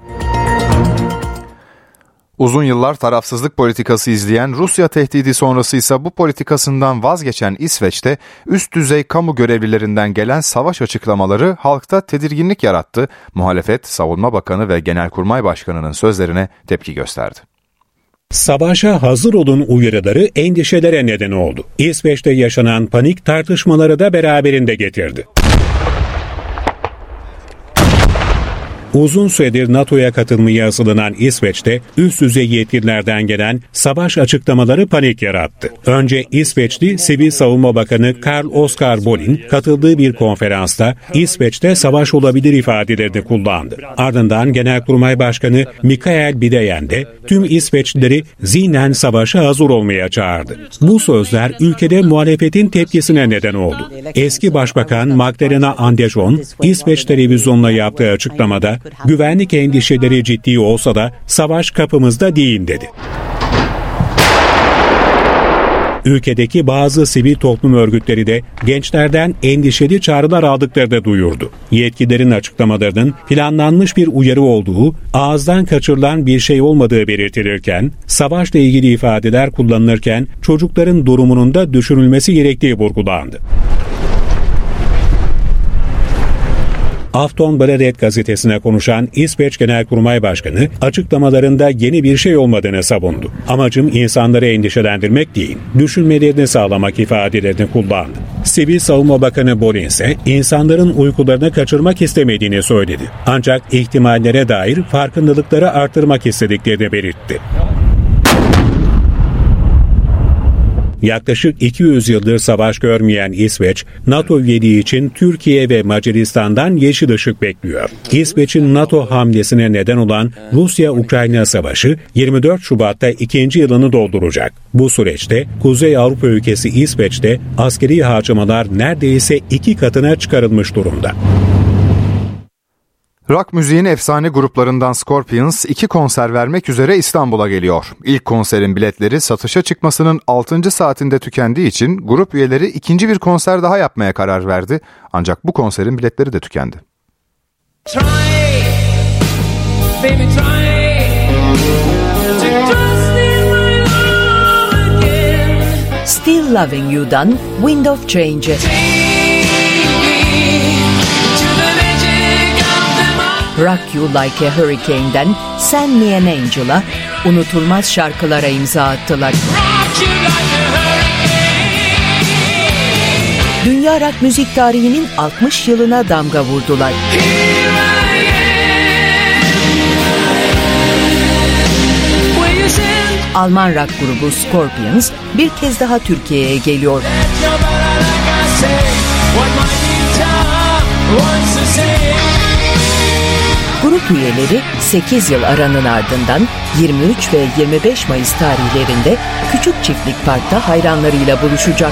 Uzun yıllar tarafsızlık politikası izleyen Rusya tehdidi sonrası ise bu politikasından vazgeçen İsveç'te üst düzey kamu görevlilerinden gelen savaş açıklamaları halkta tedirginlik yarattı. Muhalefet, Savunma Bakanı ve Genelkurmay Başkanı'nın sözlerine tepki gösterdi. Savaşa hazır olun uyarıları endişelere neden oldu. İsveç'te yaşanan panik tartışmaları da beraberinde getirdi. Uzun süredir NATO'ya katılmaya hazırlanan İsveç'te üst düzey yetkililerden gelen savaş açıklamaları panik yarattı. Önce İsveçli Sivil Savunma Bakanı Carl Oskar Bolin katıldığı bir konferansta İsveç'te savaş olabilir ifadelerini kullandı. Ardından Genelkurmay Başkanı Mikael Bidén de tüm İsveçlileri zihnen savaşa hazır olmaya çağırdı. Bu sözler ülkede muhalefetin tepkisine neden oldu. Eski Başbakan Magdalena Andersson İsveç televizyonuna yaptığı açıklamada güvenlik endişeleri ciddi olsa da savaş kapımızda değil dedi. Ülkedeki bazı sivil toplum örgütleri de gençlerden endişeli çağrılar aldıklarını da duyurdu. Yetkililerin açıklamalarının planlanmış bir uyarı olduğu, ağızdan kaçırılan bir şey olmadığı belirtilirken, savaşla ilgili ifadeler kullanılırken çocukların durumunun da düşünülmesi gerektiği vurgulandı. Aftonbladet gazetesine konuşan İsveç Genelkurmay Başkanı açıklamalarında yeni bir şey olmadığını savundu. Amacım insanları endişelendirmek değil, düşünmelerini sağlamak ifadelerini kullandı. Sivil Savunma Bakanı Bolin ise insanların uykularını kaçırmak istemediğini söyledi. Ancak ihtimallere dair farkındalıkları artırmak istediklerini belirtti. Yaklaşık 200 yıldır savaş görmeyen İsveç, NATO üyeliği için Türkiye ve Macaristan'dan yeşil ışık bekliyor. İsveç'in NATO hamlesine neden olan Rusya-Ukrayna savaşı 24 Şubat'ta 2. yılını dolduracak. Bu süreçte Kuzey Avrupa ülkesi İsveç'te askeri harcamalar neredeyse 2 katına çıkarılmış durumda. Rock müziğin efsane gruplarından Scorpions 2 konser vermek üzere İstanbul'a geliyor. İlk konserin biletleri satışa çıkmasının 6. saatinde tükendiği için grup üyeleri ikinci bir konser daha yapmaya karar verdi. Ancak bu konserin biletleri de tükendi. Still Loving You'dan Wind of Change. Rock You Like a Hurricane'den Send Me an Angel'a unutulmaz şarkılara imza attılar. Dünya rock müzik tarihinin 60 yılına damga vurdular. Alman rock grubu Scorpions bir kez daha Türkiye'ye geliyor. Grup üyeleri 8 yıl aranın ardından 23 ve 25 Mayıs tarihlerinde Küçük Çiftlik Park'ta hayranlarıyla buluşacak.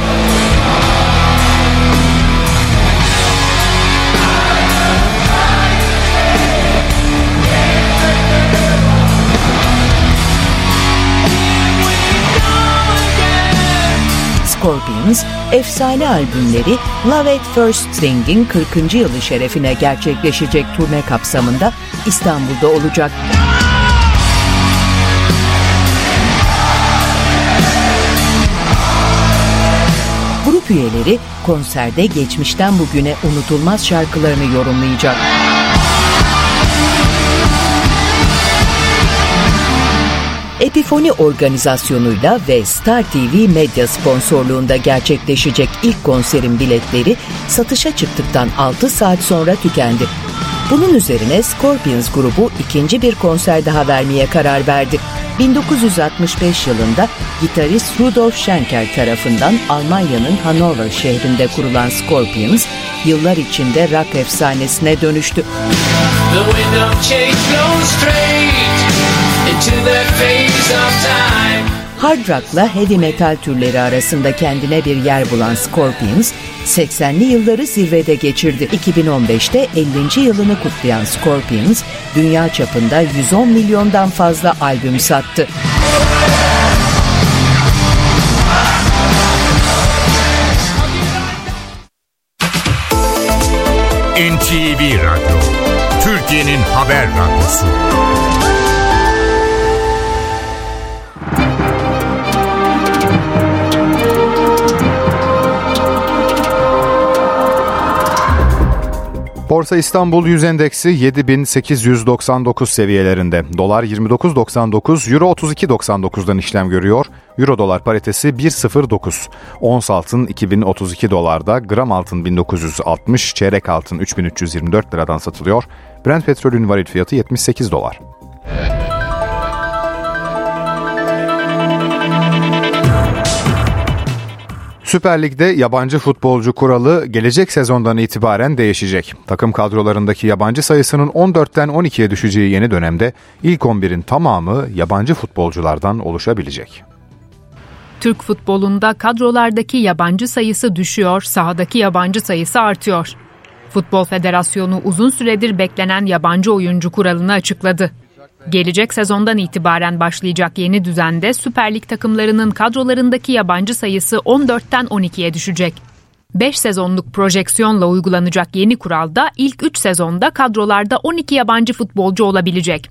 Scorpions, efsane albümleri Love at First Sting'in 40. yılı şerefine gerçekleşecek turne kapsamında İstanbul'da olacak. Grup üyeleri konserde geçmişten bugüne unutulmaz şarkılarını yorumlayacak. Epifoni organizasyonuyla ve Star TV medya sponsorluğunda gerçekleşecek ilk konserin biletleri satışa çıktıktan 6 saat sonra tükendi. Bunun üzerine Scorpions grubu ikinci bir konser daha vermeye karar verdi. 1965 yılında gitarist Rudolf Schenker tarafından Almanya'nın Hannover şehrinde kurulan Scorpions, yıllar içinde rock efsanesine dönüştü. Hard rock'la heavy metal türleri arasında kendine bir yer bulan Scorpions, 80'li yılları zirvede geçirdi. 2015'te 50. yılını kutlayan Scorpions, dünya çapında 110 milyondan fazla albüm sattı. NTV Radyo, Türkiye'nin haber radyosu. Borsa İstanbul Yüz Endeksi 7899 seviyelerinde. Dolar 29.99, Euro 32.99'dan işlem görüyor. Euro dolar paritesi 1.09. Ons altın 2032 dolarda, gram altın 1960, çeyrek altın 3324 liradan satılıyor. Brent petrolün varil fiyatı 78 dolar. Süper Lig'de yabancı futbolcu kuralı gelecek sezondan itibaren değişecek. Takım kadrolarındaki yabancı sayısının 14'ten 12'ye düşeceği yeni dönemde ilk 11'in tamamı yabancı futbolculardan oluşabilecek. Türk futbolunda kadrolardaki yabancı sayısı düşüyor, sahadaki yabancı sayısı artıyor. Futbol Federasyonu uzun süredir beklenen yabancı oyuncu kuralını açıkladı. Gelecek sezondan itibaren başlayacak yeni düzende Süper Lig takımlarının kadrolarındaki yabancı sayısı 14'ten 12'ye düşecek. 5 sezonluk projeksiyonla uygulanacak yeni kuralda ilk 3 sezonda kadrolarda 12 yabancı futbolcu olabilecek.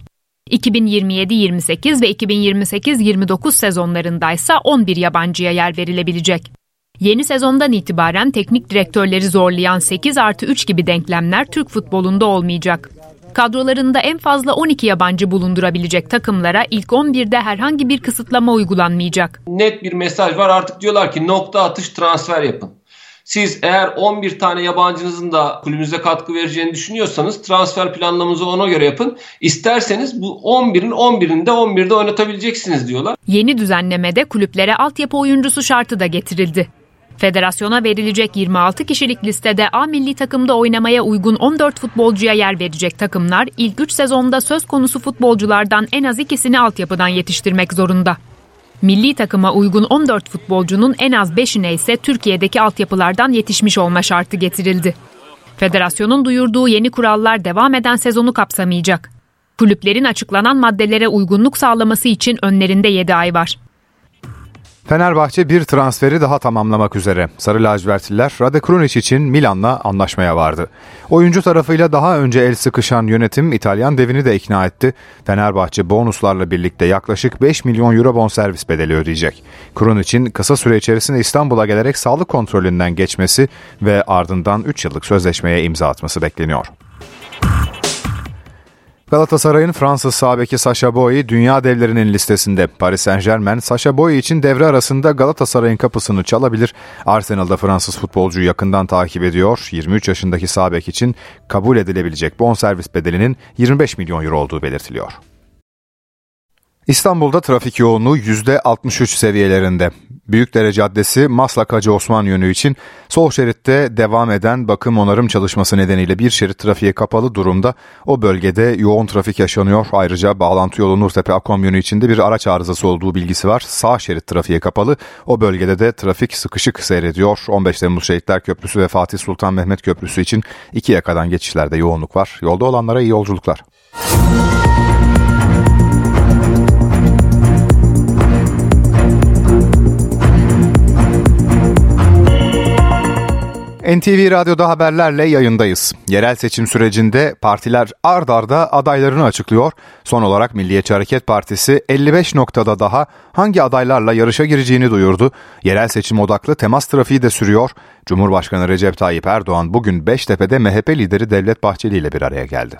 2027-28 ve 2028-29 sezonlarındaysa 11 yabancıya yer verilebilecek. Yeni sezondan itibaren teknik direktörleri zorlayan 8+3 gibi denklemler Türk futbolunda olmayacak. Kadrolarında en fazla 12 yabancı bulundurabilecek takımlara ilk 11'de herhangi bir kısıtlama uygulanmayacak. Net bir mesaj var, artık diyorlar ki nokta atış transfer yapın. Siz eğer 11 tane yabancınızın da kulübünüze katkı vereceğini düşünüyorsanız transfer planlamanızı ona göre yapın. İsterseniz bu 11'in 11'ini de 11'de oynatabileceksiniz diyorlar. Yeni düzenlemede kulüplere altyapı oyuncusu şartı da getirildi. Federasyona verilecek 26 kişilik listede A milli takımda oynamaya uygun 14 futbolcuya yer verecek takımlar ilk 3 sezonda söz konusu futbolculardan en az ikisini altyapıdan yetiştirmek zorunda. Milli takıma uygun 14 futbolcunun en az 5'ine ise Türkiye'deki altyapılardan yetişmiş olma şartı getirildi. Federasyonun duyurduğu yeni kurallar devam eden sezonu kapsamayacak. Kulüplerin açıklanan maddelere uygunluk sağlaması için önlerinde 7 ay var. Fenerbahçe bir transferi daha tamamlamak üzere. Sarı lacivertliler Rade Krunic için Milan'la anlaşmaya vardı. Oyuncu tarafıyla daha önce el sıkışan yönetim İtalyan devini de ikna etti. Fenerbahçe bonuslarla birlikte yaklaşık 5 milyon euro bonservis bedeli ödeyecek. Krunic'in kısa süre içerisinde İstanbul'a gelerek sağlık kontrolünden geçmesi ve ardından 3 yıllık sözleşmeye imza atması bekleniyor. Galatasaray'ın Fransız sağ beki Sacha Boey dünya devlerinin listesinde. Paris Saint-Germain, Sacha Boey için devre arasında Galatasaray'ın kapısını çalabilir. Arsenal'da Fransız futbolcuyu yakından takip ediyor. 23 yaşındaki sağ bek için kabul edilebilecek bonservis bedelinin 25 milyon euro olduğu belirtiliyor. İstanbul'da trafik yoğunluğu %63 seviyelerinde. Büyükdere Caddesi Maslak Hacı Osman yönü için sol şeritte devam eden bakım onarım çalışması nedeniyle bir şerit trafiğe kapalı durumda. O bölgede yoğun trafik yaşanıyor. Ayrıca bağlantı yolu Nurtepe Akom yönü içinde bir araç arızası olduğu bilgisi var. Sağ şerit trafiğe kapalı. O bölgede de trafik sıkışık seyrediyor. 15 Temmuz Şehitler Köprüsü ve Fatih Sultan Mehmet Köprüsü için 2 yakadan geçişlerde yoğunluk var. Yolda olanlara iyi yolculuklar. NTV Radyo'da haberlerle yayındayız. Yerel seçim sürecinde partiler ard arda adaylarını açıklıyor. Son olarak Milliyetçi Hareket Partisi 55 noktada daha hangi adaylarla yarışa gireceğini duyurdu. Yerel seçim odaklı temas trafiği de sürüyor. Cumhurbaşkanı Recep Tayyip Erdoğan bugün Beştepe'de MHP lideri Devlet Bahçeli ile bir araya geldi.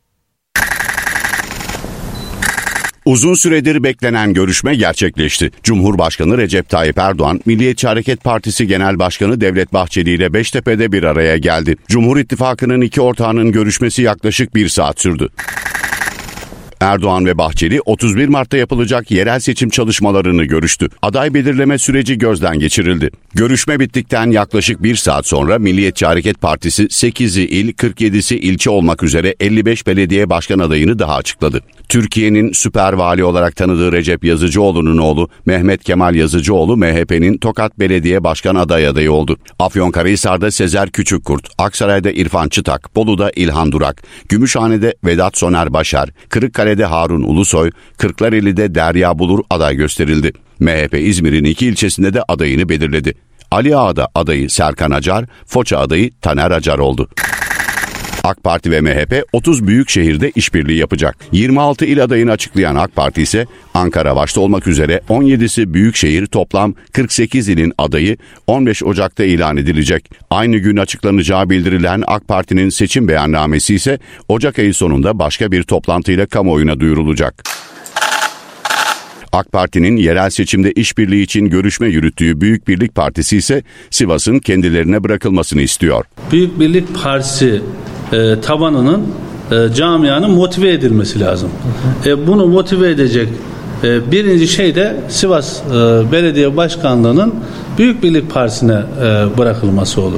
Uzun süredir beklenen görüşme gerçekleşti. Cumhurbaşkanı Recep Tayyip Erdoğan, Milliyetçi Hareket Partisi Genel Başkanı Devlet Bahçeli ile Beştepe'de bir araya geldi. Cumhur İttifakı'nın iki ortağının görüşmesi yaklaşık 1 saat sürdü. Erdoğan ve Bahçeli 31 Mart'ta yapılacak yerel seçim çalışmalarını görüştü. Aday belirleme süreci gözden geçirildi. Görüşme bittikten yaklaşık 1 saat sonra Milliyetçi Hareket Partisi 8'i il, 47'si ilçe olmak üzere 55 belediye başkan adayını daha açıkladı. Türkiye'nin süper vali olarak tanıdığı Recep Yazıcıoğlu'nun oğlu Mehmet Kemal Yazıcıoğlu MHP'nin Tokat Belediye Başkan adayı oldu. Afyonkarahisar'da Sezer Küçükkurt, Aksaray'da İrfan Çıtak, Bolu'da İlhan Durak, Gümüşhane'de Vedat Soner Başar, Kırıkkale'de Harun Ulusoy, Kırklareli'de Derya Bulur aday gösterildi. MHP İzmir'in 2 ilçesinde de adayını belirledi. Ali Ağa'da adayı Serkan Acar, Foça adayı Taner Acar oldu. AK Parti ve MHP 30 büyük şehirde işbirliği yapacak. 26 il adayını açıklayan AK Parti ise Ankara başta olmak üzere 17'si büyük şehir toplam 48 ilin adayı 15 Ocak'ta ilan edilecek. Aynı gün açıklanacağı bildirilen AK Parti'nin seçim beyannamesi ise Ocak ayı sonunda başka bir toplantıyla kamuoyuna duyurulacak. AK Parti'nin yerel seçimde işbirliği için görüşme yürüttüğü Büyük Birlik Partisi ise Sivas'ın kendilerine bırakılmasını istiyor. Büyük Birlik Partisi tabanının camianın motive edilmesi lazım. Bunu motive edecek birinci şey de Sivas Belediye Başkanlığı'nın Büyük Birlik Partisi'ne bırakılması olur.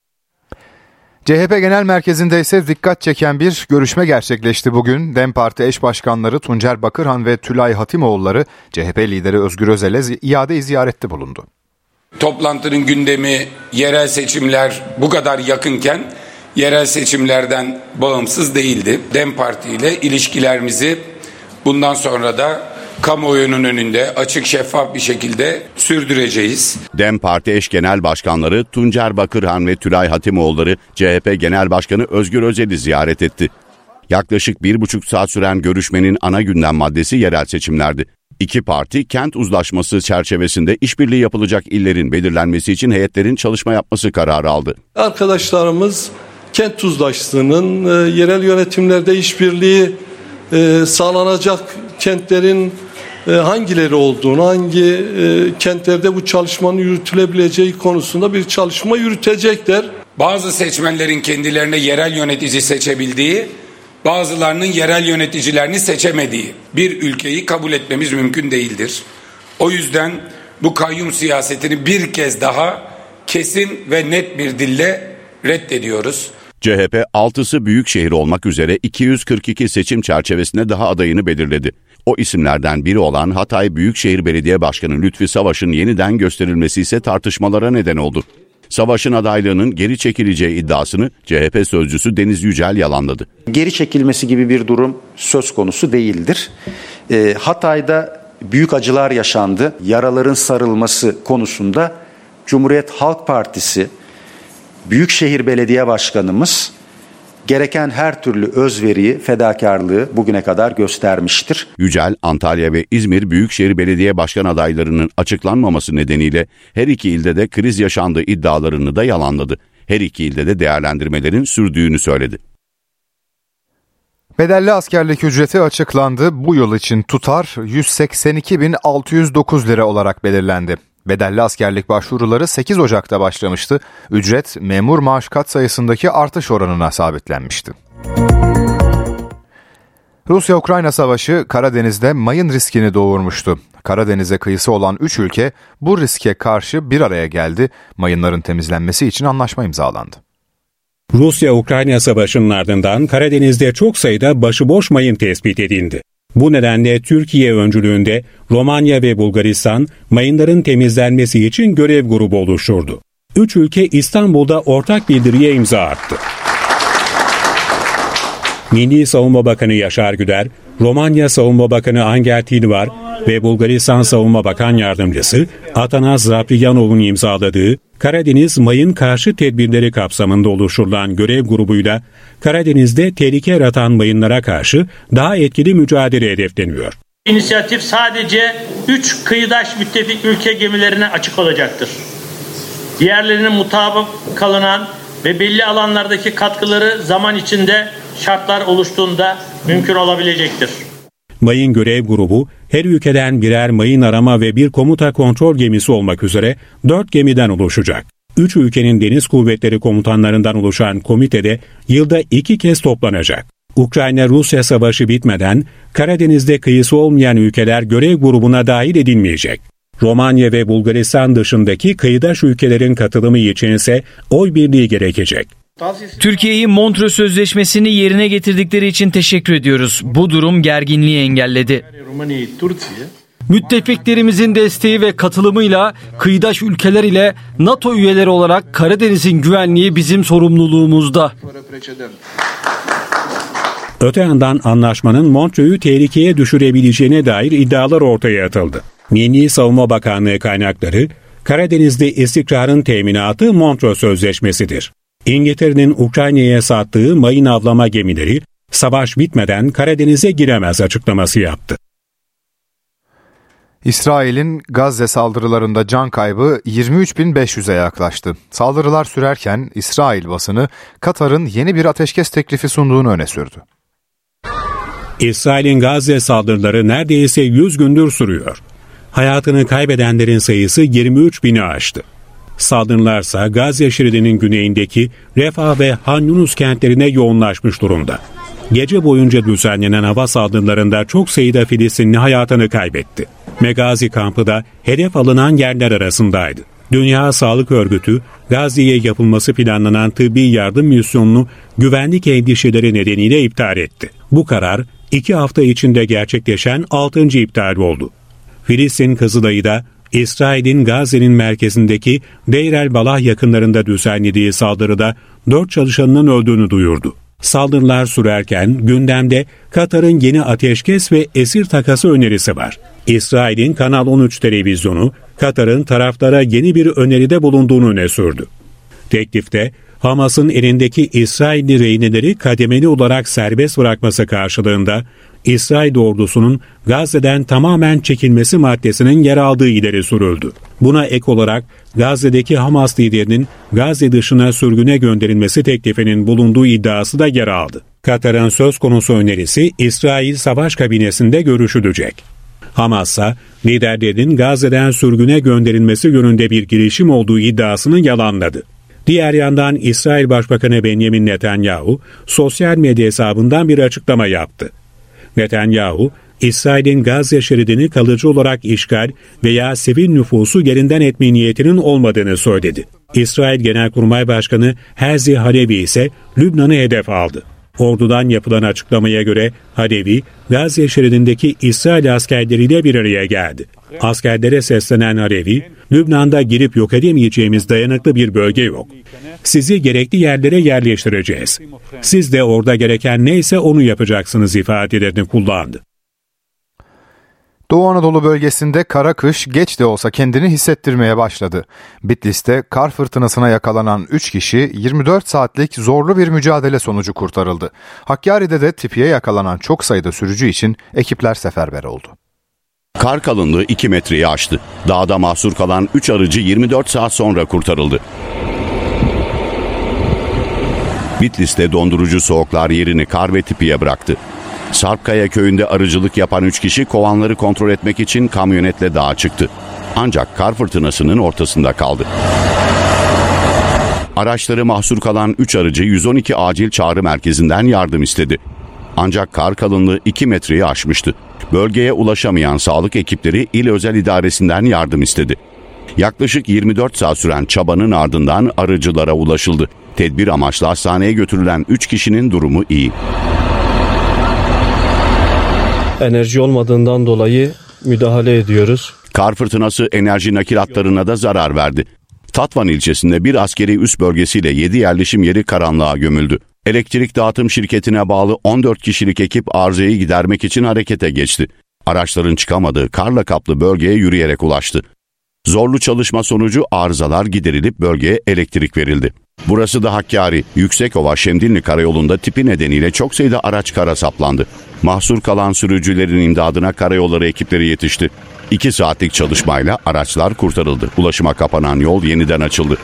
CHP Genel Merkezi'nde ise dikkat çeken bir görüşme gerçekleşti bugün. DEM Parti eş başkanları Tuncer Bakırhan ve Tülay Hatimoğulları CHP lideri Özgür Özel'e iade-i ziyarette bulundu. Toplantının gündemi yerel seçimler bu kadar yakınken yerel seçimlerden bağımsız değildi. DEM Parti ile ilişkilerimizi bundan sonra da kamuoyunun önünde açık şeffaf bir şekilde sürdüreceğiz. DEM Parti eş genel başkanları Tuncer Bakırhan ve Tülay Hatimoğulları CHP Genel Başkanı Özgür Özel'i ziyaret etti. Yaklaşık 1,5 saat süren görüşmenin ana gündem maddesi yerel seçimlerdi. İki parti kent uzlaşması çerçevesinde işbirliği yapılacak illerin belirlenmesi için heyetlerin çalışma yapması kararı aldı. Arkadaşlarımız kent uzlaşısının yerel yönetimlerde işbirliği sağlanacak kentlerin hangileri olduğunu, hangi kentlerde bu çalışmanın yürütülebileceği konusunda bir çalışma yürütecekler. Bazı seçmenlerin kendilerine yerel yönetici seçebildiği, bazılarının yerel yöneticilerini seçemediği bir ülkeyi kabul etmemiz mümkün değildir. O yüzden bu kayyum siyasetini bir kez daha kesin ve net bir dille reddediyoruz. CHP 6'sı büyükşehir olmak üzere 242 seçim çerçevesinde daha adayını belirledi. O isimlerden biri olan Hatay Büyükşehir Belediye Başkanı Lütfi Savaş'ın yeniden gösterilmesi ise tartışmalara neden oldu. Savaş'ın adaylığının geri çekileceği iddiasını CHP sözcüsü Deniz Yücel yalanladı. Geri çekilmesi gibi bir durum söz konusu değildir. Hatay'da büyük acılar yaşandı. Yaraların sarılması konusunda Cumhuriyet Halk Partisi Büyükşehir Belediye Başkanımız gereken her türlü özveriyi, fedakarlığı bugüne kadar göstermiştir. Yücel, Antalya ve İzmir Büyükşehir Belediye Başkan adaylarının açıklanmaması nedeniyle her iki ilde de kriz yaşandığı iddialarını da yalanladı. Her iki ilde de değerlendirmelerin sürdüğünü söyledi. Bedelli askerlik ücreti açıklandı. Bu yıl için tutar 182.609 lira olarak belirlendi. Bedelli askerlik başvuruları 8 Ocak'ta başlamıştı. Ücret memur maaş katsayısındaki artış oranına sabitlenmişti. Rusya-Ukrayna savaşı Karadeniz'de mayın riskini doğurmuştu. Karadeniz'e kıyısı olan 3 ülke bu riske karşı bir araya geldi. Mayınların temizlenmesi için anlaşma imzalandı. Rusya-Ukrayna savaşının ardından Karadeniz'de çok sayıda başıboş mayın tespit edildi. Bu nedenle Türkiye öncülüğünde Romanya ve Bulgaristan mayınların temizlenmesi için görev grubu oluşturdu. 3 ülke İstanbul'da ortak bildiriye imza attı. Milli Savunma Bakanı Yaşar Güler, Romanya Savunma Bakanı Angel Tilvar ve Bulgaristan Savunma Bakan Yardımcısı Atanas Zapriyanov'un imzaladığı Karadeniz Mayın Karşı Tedbirleri kapsamında oluşturulan görev grubuyla Karadeniz'de tehlike yaratan mayınlara karşı daha etkili mücadele hedefleniyor. İnisiyatif sadece 3 kıyıdaş müttefik ülke gemilerine açık olacaktır. Diğerlerinin mutabık kalınan ve belli alanlardaki katkıları zaman içinde şartlar oluştuğunda mümkün olabilecektir. Mayın görev grubu her ülkeden birer mayın arama ve bir komuta kontrol gemisi olmak üzere 4 gemiden oluşacak. 3 ülkenin deniz kuvvetleri komutanlarından oluşan komitede yılda 2 kez toplanacak. Ukrayna-Rusya savaşı bitmeden Karadeniz'de kıyısı olmayan ülkeler görev grubuna dahil edilmeyecek. Romanya ve Bulgaristan dışındaki kıyıdaş ülkelerin katılımı içinse oy birliği gerekecek. Türkiye'yi Montreux Sözleşmesi'ni yerine getirdikleri için teşekkür ediyoruz. Bu durum gerginliği engelledi. Müttefiklerimizin desteği ve katılımıyla kıyıdaş ülkeler ile NATO üyeleri olarak Karadeniz'in güvenliği bizim sorumluluğumuzda. Öte yandan anlaşmanın Montreux'u tehlikeye düşürebileceğine dair iddialar ortaya atıldı. Milli Savunma Bakanlığı kaynakları, Karadeniz'de istikrarın teminatı Montreux Sözleşmesi'dir. İngiltere'nin Ukrayna'ya sattığı mayın avlama gemileri savaş bitmeden Karadeniz'e giremez açıklaması yaptı. İsrail'in Gazze saldırılarında can kaybı 23.500'e yaklaştı. Saldırılar sürerken İsrail basını Katar'ın yeni bir ateşkes teklifi sunduğunu öne sürdü. İsrail'in Gazze saldırıları neredeyse 100 gündür sürüyor. Hayatını kaybedenlerin sayısı 23.000'i aştı. Saldırılarsa Gazze şeridinin güneyindeki Refah ve Han Yunus kentlerine yoğunlaşmış durumda. Gece boyunca düzenlenen hava saldırılarında çok sayıda Filistinli hayatını kaybetti. Megazi kampı da hedef alınan yerler arasındaydı. Dünya Sağlık Örgütü, Gazze'ye yapılması planlanan tıbbi yardım misyonunu güvenlik endişeleri nedeniyle iptal etti. Bu karar 2 hafta içinde gerçekleşen 6. iptal oldu. Filistin Kızılay'da İsrail'in Gazze'nin merkezindeki Deir el-Balah yakınlarında düzenlediği saldırıda 4 çalışanının öldüğünü duyurdu. Saldırılar sürerken gündemde Katar'ın yeni ateşkes ve esir takası önerisi var. İsrail'in Kanal 13 televizyonu Katar'ın taraflara yeni bir öneride bulunduğunu öne sürdü. Teklifte Hamas'ın elindeki İsrailli rehineleri kademeli olarak serbest bırakması karşılığında İsrail ordusunun Gazze'den tamamen çekilmesi maddesinin yer aldığı ileri sürüldü. Buna ek olarak Gazze'deki Hamas liderinin Gazze dışına sürgüne gönderilmesi teklifinin bulunduğu iddiası da yer aldı. Katar'ın söz konusu önerisi İsrail Savaş Kabinesi'nde görüşülecek. Hamas ise liderlerin Gazze'den sürgüne gönderilmesi yönünde bir girişim olduğu iddiasını yalanladı. Diğer yandan İsrail Başbakanı Benjamin Netanyahu sosyal medya hesabından bir açıklama yaptı. Netanyahu, İsrail'in Gazze şeridini kalıcı olarak işgal veya sivil nüfusu yerinden etme niyetinin olmadığını söyledi. İsrail Genelkurmay Başkanı Herzi Halevi ise Lübnan'ı hedef aldı. Ordudan yapılan açıklamaya göre Halevi, Gazze şeridindeki İsrail askerleriyle bir araya geldi. Askerlere seslenen Halevi, Lübnan'da girip yok edemeyeceğimiz dayanıklı bir bölge yok. Sizi gerekli yerlere yerleştireceğiz. Siz de orada gereken neyse onu yapacaksınız ifadelerini kullandı. Doğu Anadolu bölgesinde kara kış geç de olsa kendini hissettirmeye başladı. Bitlis'te kar fırtınasına yakalanan 3 kişi 24 saatlik zorlu bir mücadele sonucu kurtarıldı. Hakkari'de de tipiye yakalanan çok sayıda sürücü için ekipler seferber oldu. Kar kalınlığı 2 metreyi aştı. Dağda mahsur kalan 3 arıcı 24 saat sonra kurtarıldı. Bitlis'te dondurucu soğuklar yerini kar ve tipiye bıraktı. Sarpkaya köyünde arıcılık yapan 3 kişi kovanları kontrol etmek için kamyonetle dağa çıktı. Ancak kar fırtınasının ortasında kaldı. Araçları mahsur kalan 3 arıcı 112 acil çağrı merkezinden yardım istedi. Ancak kar kalınlığı 2 metreyi aşmıştı. Bölgeye ulaşamayan sağlık ekipleri İl Özel İdaresi'nden yardım istedi. Yaklaşık 24 saat süren çabanın ardından arıcılara ulaşıldı. Tedbir amaçlı hastaneye götürülen 3 kişinin durumu iyi. Enerji olmadığından dolayı müdahale ediyoruz. Kar fırtınası enerji nakilatlarına da zarar verdi. Tatvan ilçesinde bir askeri üs bölgesiyle 7 yerleşim yeri karanlığa gömüldü. Elektrik dağıtım şirketine bağlı 14 kişilik ekip arızayı gidermek için harekete geçti. Araçların çıkamadığı karla kaplı bölgeye yürüyerek ulaştı. Zorlu çalışma sonucu arızalar giderilip bölgeye elektrik verildi. Burası da Hakkari, Yüksekova Şemdinli Karayolu'nda tipi nedeniyle çok sayıda araç kara saplandı. Mahsur kalan sürücülerin imdadına karayolları ekipleri yetişti. 2 saatlik çalışmayla araçlar kurtarıldı. Ulaşıma kapanan yol yeniden açıldı.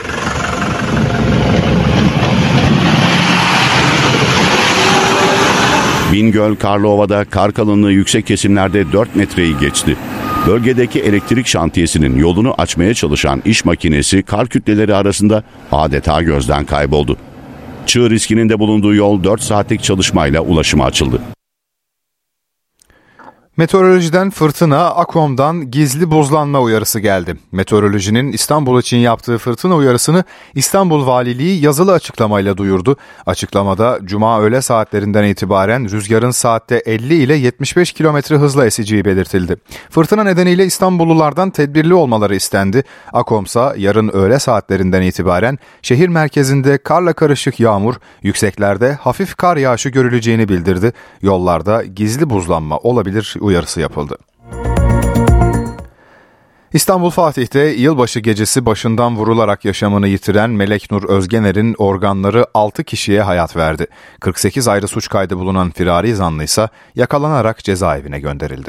Bingöl, Karlıova'da kar kalınlığı yüksek kesimlerde 4 metreyi geçti. Bölgedeki elektrik şantiyesinin yolunu açmaya çalışan iş makinesi kar kütleleri arasında adeta gözden kayboldu. Çığ riskinin de bulunduğu yol 4 saatlik çalışmayla ulaşıma açıldı. Meteorolojiden fırtına, AKOM'dan gizli buzlanma uyarısı geldi. Meteorolojinin İstanbul için yaptığı fırtına uyarısını İstanbul Valiliği yazılı açıklamayla duyurdu. Açıklamada Cuma öğle saatlerinden itibaren rüzgarın saatte 50 ile 75 km hızla eseceği belirtildi. Fırtına nedeniyle İstanbullulardan tedbirli olmaları istendi. AKOM'sa yarın öğle saatlerinden itibaren şehir merkezinde karla karışık yağmur, yükseklerde hafif kar yağışı görüleceğini bildirdi. Yollarda gizli buzlanma olabilir uyarısı yapıldı. İstanbul Fatih'te yılbaşı gecesi başından vurularak yaşamını yitiren Meleknur Özgener'in organları 6 kişiye hayat verdi. 48 ayrı suç kaydı bulunan firari zanlı ise yakalanarak cezaevine gönderildi.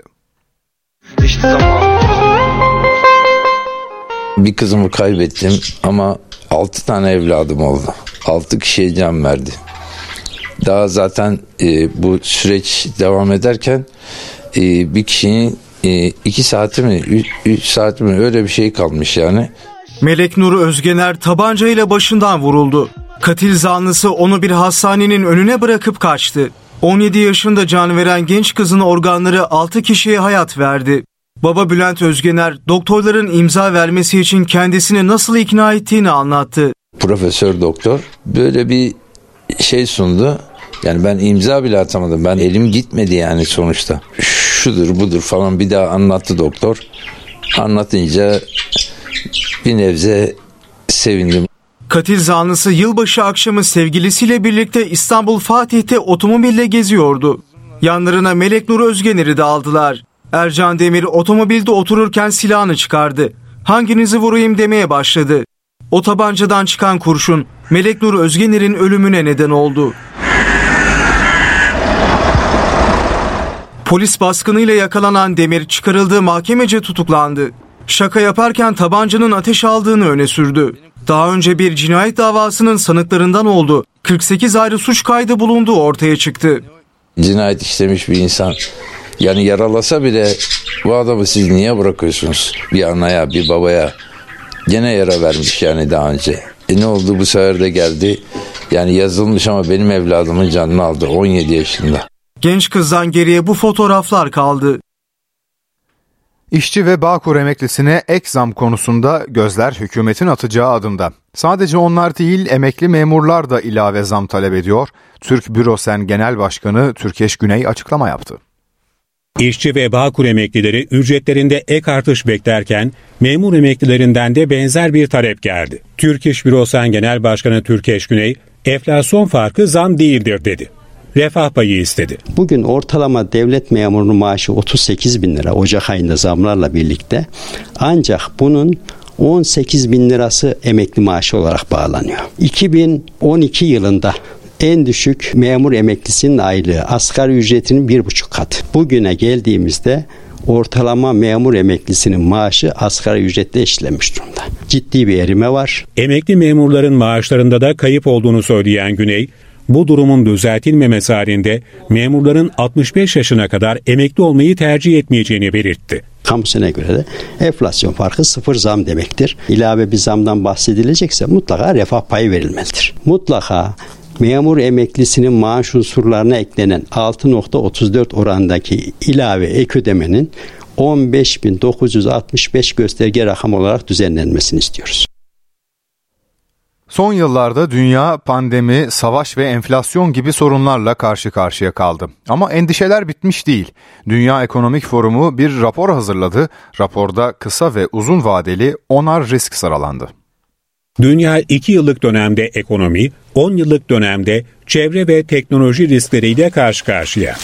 Bir kızımı kaybettim ama 6 tane evladım oldu. 6 kişiye can verdi. Daha zaten bu süreç devam ederken bir kişinin 2 saati mi 3 saati mi öyle bir şey kalmış yani. Meleknur Özgener tabancayla başından vuruldu. Katil zanlısı onu bir hastanenin önüne bırakıp kaçtı. 17 yaşında can veren genç kızın organları 6 kişiye hayat verdi. Baba Bülent Özgener doktorların imza vermesi için kendisini nasıl ikna ettiğini anlattı. Profesör doktor böyle bir şey sundu. Yani ben imza bile atamadım. Ben elim gitmedi yani sonuçta. Şudur budur falan bir daha anlattı doktor. Anlatınca bir nebze sevindim. Katil zanlısı yılbaşı akşamı sevgilisiyle birlikte İstanbul Fatih'te otomobille geziyordu. Yanlarına Meleknur Özgener'i de aldılar. Ercan Demir otomobilde otururken silahını çıkardı. Hanginizi vurayım demeye başladı. O tabancadan çıkan kurşun Meleknur Özgener'in ölümüne neden oldu. Polis baskınıyla yakalanan Demir çıkarıldığı mahkemece tutuklandı. Şaka yaparken tabancanın ateş aldığını öne sürdü. Daha önce bir cinayet davasının sanıklarından oldu. 48 ayrı suç kaydı bulunduğu ortaya çıktı. Cinayet işlemiş bir insan yani yaralasa bile bu adamı siz niye bırakıyorsunuz? Bir anaya bir babaya gene yara vermiş yani daha önce. Ne oldu bu sefer de geldi. Yani yazılmış ama benim evladımın canını aldı 17 yaşında. Genç kızdan geriye bu fotoğraflar kaldı. İşçi ve Bağkur emeklisine ek zam konusunda gözler hükümetin atacağı adımda. Sadece onlar değil emekli memurlar da ilave zam talep ediyor. Türk Bürosen Genel Başkanı Türkeş Güney açıklama yaptı. İşçi ve Bağkur emeklileri ücretlerinde ek artış beklerken memur emeklilerinden de benzer bir talep geldi. Türk İş Bürosen Genel Başkanı Türkeş Güney, enflasyon farkı zam değildir dedi. Refah payı istedi. Bugün ortalama devlet memurunun maaşı 38 bin lira Ocak ayında zamlarla birlikte. Ancak bunun 18 bin lirası emekli maaşı olarak bağlanıyor. 2012 yılında en düşük memur emeklisinin aylığı asgari ücretinin 1,5 katı. Bugüne geldiğimizde ortalama memur emeklisinin maaşı asgari ücretle eşitlenmiş durumda. Ciddi bir erime var. Emekli memurların maaşlarında da kayıp olduğunu söyleyen Güney, bu durumun düzeltilmemesi halinde memurların 65 yaşına kadar emekli olmayı tercih etmeyeceğini belirtti. Kamusuna göre de enflasyon farkı 0 zam demektir. İlave bir zamdan bahsedilecekse mutlaka refah payı verilmelidir. Mutlaka memur emeklisinin maaş unsurlarına eklenen 6.34 orandaki ilave ek ödemenin 15.965 gösterge rakam olarak düzenlenmesini istiyoruz. Son yıllarda dünya pandemi, savaş ve enflasyon gibi sorunlarla karşı karşıya kaldı. Ama endişeler bitmiş değil. Dünya Ekonomik Forumu bir rapor hazırladı. Raporda kısa ve uzun vadeli 10'ar risk sıralandı. Dünya 2 yıllık dönemde ekonomi, 10 yıllık dönemde çevre ve teknoloji riskleriyle karşı karşıya.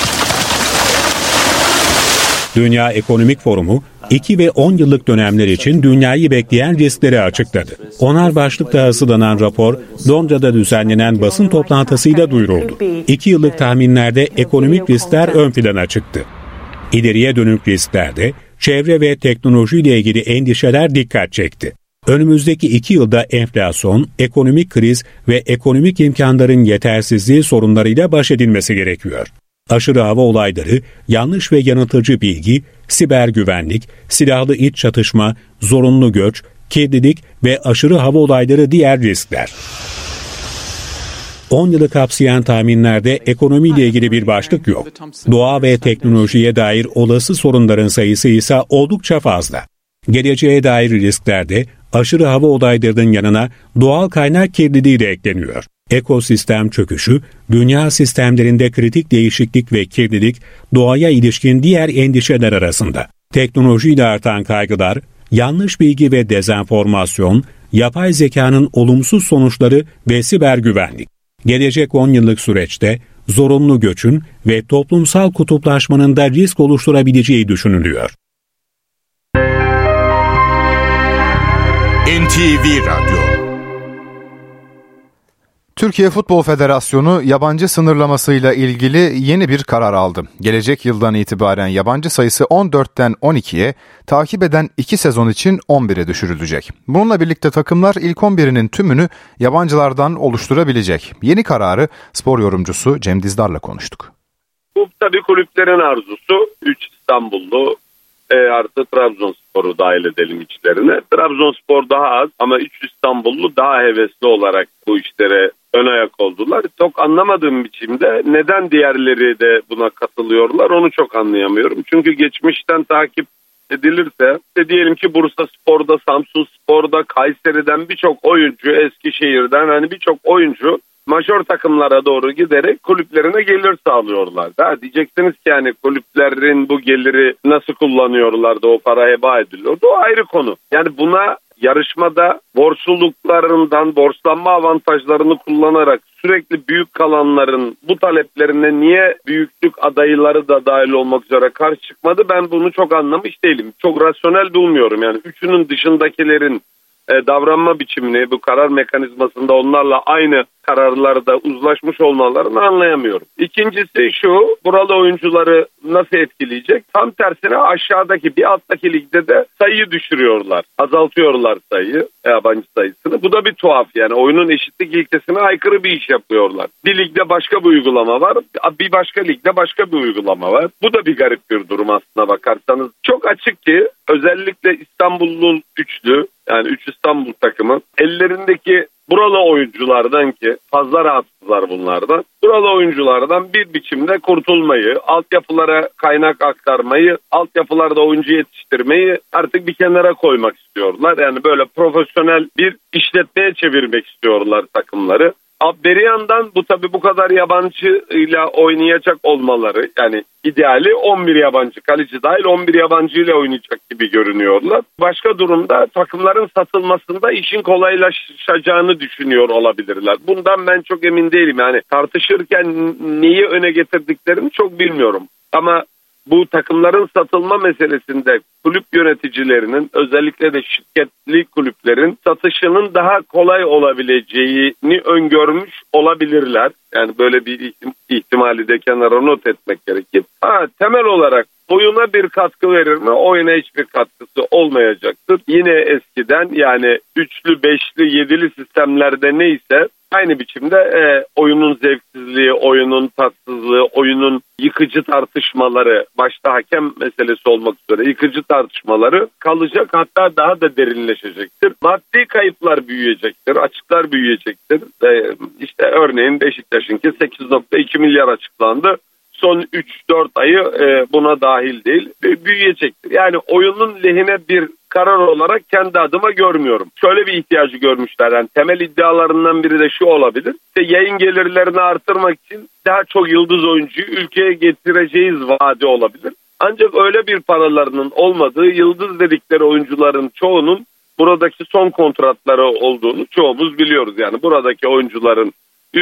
Dünya Ekonomik Forumu 2 ve 10 yıllık dönemler için dünyayı bekleyen riskleri açıkladı. 10'ar başlıkta hazırlanan rapor Londra'da düzenlenen basın toplantısıyla duyuruldu. 2 yıllık tahminlerde ekonomik riskler ön plana çıktı. İleriye dönük risklerde çevre ve teknoloji ile ilgili endişeler dikkat çekti. Önümüzdeki 2 yılda enflasyon, ekonomik kriz ve ekonomik imkanların yetersizliği sorunlarıyla baş edilmesi gerekiyor. Aşırı hava olayları, yanlış ve yanıltıcı bilgi, siber güvenlik, silahlı iç çatışma, zorunlu göç, kirlilik ve aşırı hava olayları diğer riskler. 10 yılı kapsayan tahminlerde ekonomiyle ilgili bir başlık yok. Doğa ve teknolojiye dair olası sorunların sayısı ise oldukça fazla. Geleceğe dair risklerde aşırı hava olaylarının yanına doğal kaynak kirliliği de ekleniyor. Ekosistem çöküşü, dünya sistemlerinde kritik değişiklik ve kirlilik doğaya ilişkin diğer endişeler arasında. Teknolojiyle artan kaygılar, yanlış bilgi ve dezenformasyon, yapay zekanın olumsuz sonuçları ve siber güvenlik. Gelecek 10 yıllık süreçte zorunlu göçün ve toplumsal kutuplaşmanın da risk oluşturabileceği düşünülüyor. NTV Radyo. Türkiye Futbol Federasyonu yabancı sınırlamasıyla ilgili yeni bir karar aldı. Gelecek yıldan itibaren yabancı sayısı 14'ten 12'ye, takip eden 2 sezon için 11'e düşürülecek. Bununla birlikte takımlar ilk 11'inin tümünü yabancılardan oluşturabilecek. Yeni kararı spor yorumcusu Cem Dizdar'la konuştuk. Bu tabii kulüplerin arzusu. 3 İstanbullu artı Trabzonspor'u dahil edelim içlerine. Trabzonspor daha az ama 3 İstanbullu daha hevesli olarak bu işlere ön ayak oldular. Çok anlamadığım biçimde neden diğerleri de buna katılıyorlar onu çok anlayamıyorum. Çünkü geçmişten takip edilirse diyelim ki Bursaspor'da, Samsunspor'da, Kayseri'den birçok oyuncu, Eskişehir'den hani birçok oyuncu majör takımlara doğru giderek kulüplerine gelir sağlıyorlar. Diyeceksiniz ki yani kulüplerin bu geliri nasıl kullanıyorlardı, o para heba ediliyordu. O ayrı konu. Yani buna yarışmada borçluluklarından, borçlanma avantajlarını kullanarak sürekli büyük kalanların bu taleplerine niye büyüklük adayları da dahil olmak üzere karşı çıkmadı, ben bunu çok anlamış değilim. Çok rasyonel bulmuyorum. Yani üçünün dışındakilerin davranma biçimini, bu karar mekanizmasında onlarla aynı kararlarda uzlaşmış olmalarını anlayamıyorum. İkincisi şu, buralı oyuncuları nasıl etkileyecek? Tam tersine aşağıdaki bir alttaki ligde de sayıyı düşürüyorlar. Azaltıyorlar sayıyı, yabancı sayısını. Bu da bir tuhaf yani, oyunun eşitlik ilkesine aykırı bir iş yapıyorlar. Bir ligde başka bir uygulama var, bir başka ligde başka bir uygulama var. Bu da bir garip bir durum aslına bakarsanız. Çok açık ki özellikle İstanbul'un üçlü, yani 3 İstanbul takımı ellerindeki buralı oyunculardan, ki fazla rahatsızlar bunlardan, buralı oyunculardan bir biçimde kurtulmayı, altyapılara kaynak aktarmayı, altyapılarda oyuncu yetiştirmeyi artık bir kenara koymak istiyorlar. Yani böyle profesyonel bir işletmeye çevirmek istiyorlar takımları. Bir yandan bu tabii bu kadar yabancı ile oynayacak olmaları, yani ideali 11 yabancı, kaleci dahil 11 yabancı ile oynayacak gibi görünüyorlar. Başka durumda takımların satılmasında işin kolaylaşacağını düşünüyor olabilirler. Bundan ben çok emin değilim. Yani tartışırken neyi öne getirdiklerini çok bilmiyorum. Ama bu takımların satılma meselesinde kulüp yöneticilerinin, özellikle de şirketli kulüplerin satışının daha kolay olabileceğini öngörmüş olabilirler. Yani böyle bir ihtimali de kenara not etmek gerekir. Temel olarak oyuna bir katkı verir mi? Oyuna hiçbir katkısı olmayacaktır. Yine eskiden yani üçlü, beşli, yedili sistemlerde neyse aynı biçimde oyunun zevksizliği, oyunun tatsızlığı, oyunun yıkıcı tartışmaları, başta hakem meselesi olmak üzere yıkıcı tartışmaları kalacak, hatta daha da derinleşecektir. Maddi kayıplar büyüyecektir, açıklar büyüyecektir. İşte örneğin Beşiktaş'ınki 8.2 milyar açıklandı. Son 3-4 ayı buna dahil değil, büyüyecektir. Yani oyunun lehine bir karar olarak kendi adıma görmüyorum. Şöyle bir ihtiyacı görmüşler. Yani temel iddialarından biri de şu olabilir. İşte yayın gelirlerini artırmak için daha çok yıldız oyuncuyu ülkeye getireceğiz vaadi olabilir. Ancak öyle bir paralarının olmadığı, yıldız dedikleri oyuncuların çoğunun buradaki son kontratları olduğunu çoğumuz biliyoruz. Yani buradaki oyuncuların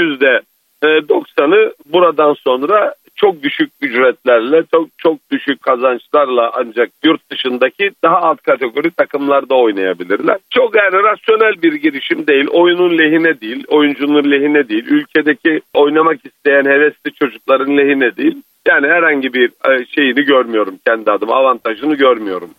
%90'ı buradan sonra çok düşük ücretlerle, çok düşük kazançlarla ancak yurt dışındaki daha alt kategori takımlarda oynayabilirler. Çok yani rasyonel bir girişim değil, oyunun lehine değil, oyuncunun lehine değil, ülkedeki oynamak isteyen hevesli çocukların lehine değil. Yani herhangi bir şeyini görmüyorum kendi adıma, avantajını görmüyorum.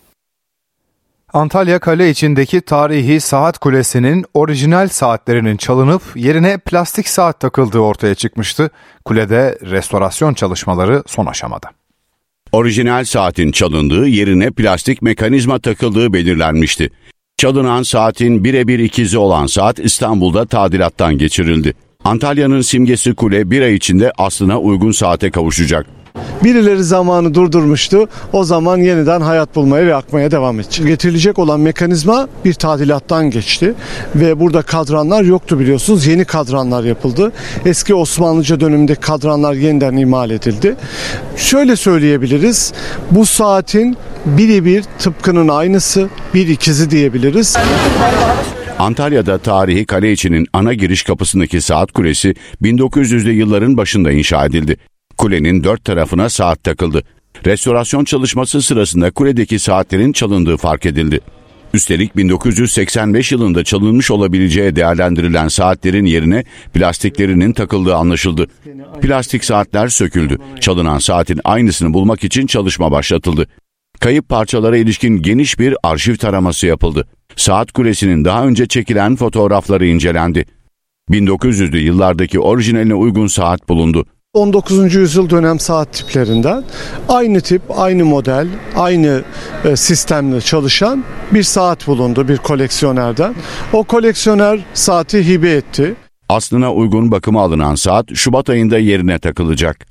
Antalya Kale içindeki tarihi saat kulesinin orijinal saatlerinin çalınıp yerine plastik saat takıldığı ortaya çıkmıştı. Kulede restorasyon çalışmaları son aşamada. Orijinal saatin çalındığı, yerine plastik mekanizma takıldığı belirlenmişti. Çalınan saatin birebir ikizi olan saat İstanbul'da tadilattan geçirildi. Antalya'nın simgesi kule bir ay içinde aslına uygun saate kavuşacak. Birileri zamanı durdurmuştu. O zaman yeniden hayat bulmaya ve akmaya devam edecek. Getirilecek olan mekanizma bir tadilattan geçti ve burada kadranlar yoktu biliyorsunuz. Yeni kadranlar yapıldı. Eski Osmanlıca dönemindeki kadranlar yeniden imal edildi. Şöyle söyleyebiliriz. Bu saatin birebir tıpkının aynısı, bir ikizi diyebiliriz. Antalya'da tarihi kale içinin ana giriş kapısındaki saat kulesi 1900'lü yılların başında inşa edildi. Kulenin dört tarafına saat takıldı. Restorasyon çalışması sırasında kuledeki saatlerin çalındığı fark edildi. Üstelik 1985 yılında çalınmış olabileceği değerlendirilen saatlerin yerine plastiklerinin takıldığı anlaşıldı. Plastik saatler söküldü. Çalınan saatin aynısını bulmak için çalışma başlatıldı. Kayıp parçalara ilişkin geniş bir arşiv taraması yapıldı. Saat kulesinin daha önce çekilen fotoğrafları incelendi. 1900'lü yıllardaki orijinaline uygun saat bulundu. 19. yüzyıl dönem saat tiplerinden aynı tip, aynı model, aynı sistemle çalışan bir saat bulundu bir koleksiyonerden. O koleksiyoner saati hibe etti. Aslına uygun bakıma alınan saat Şubat ayında yerine takılacak.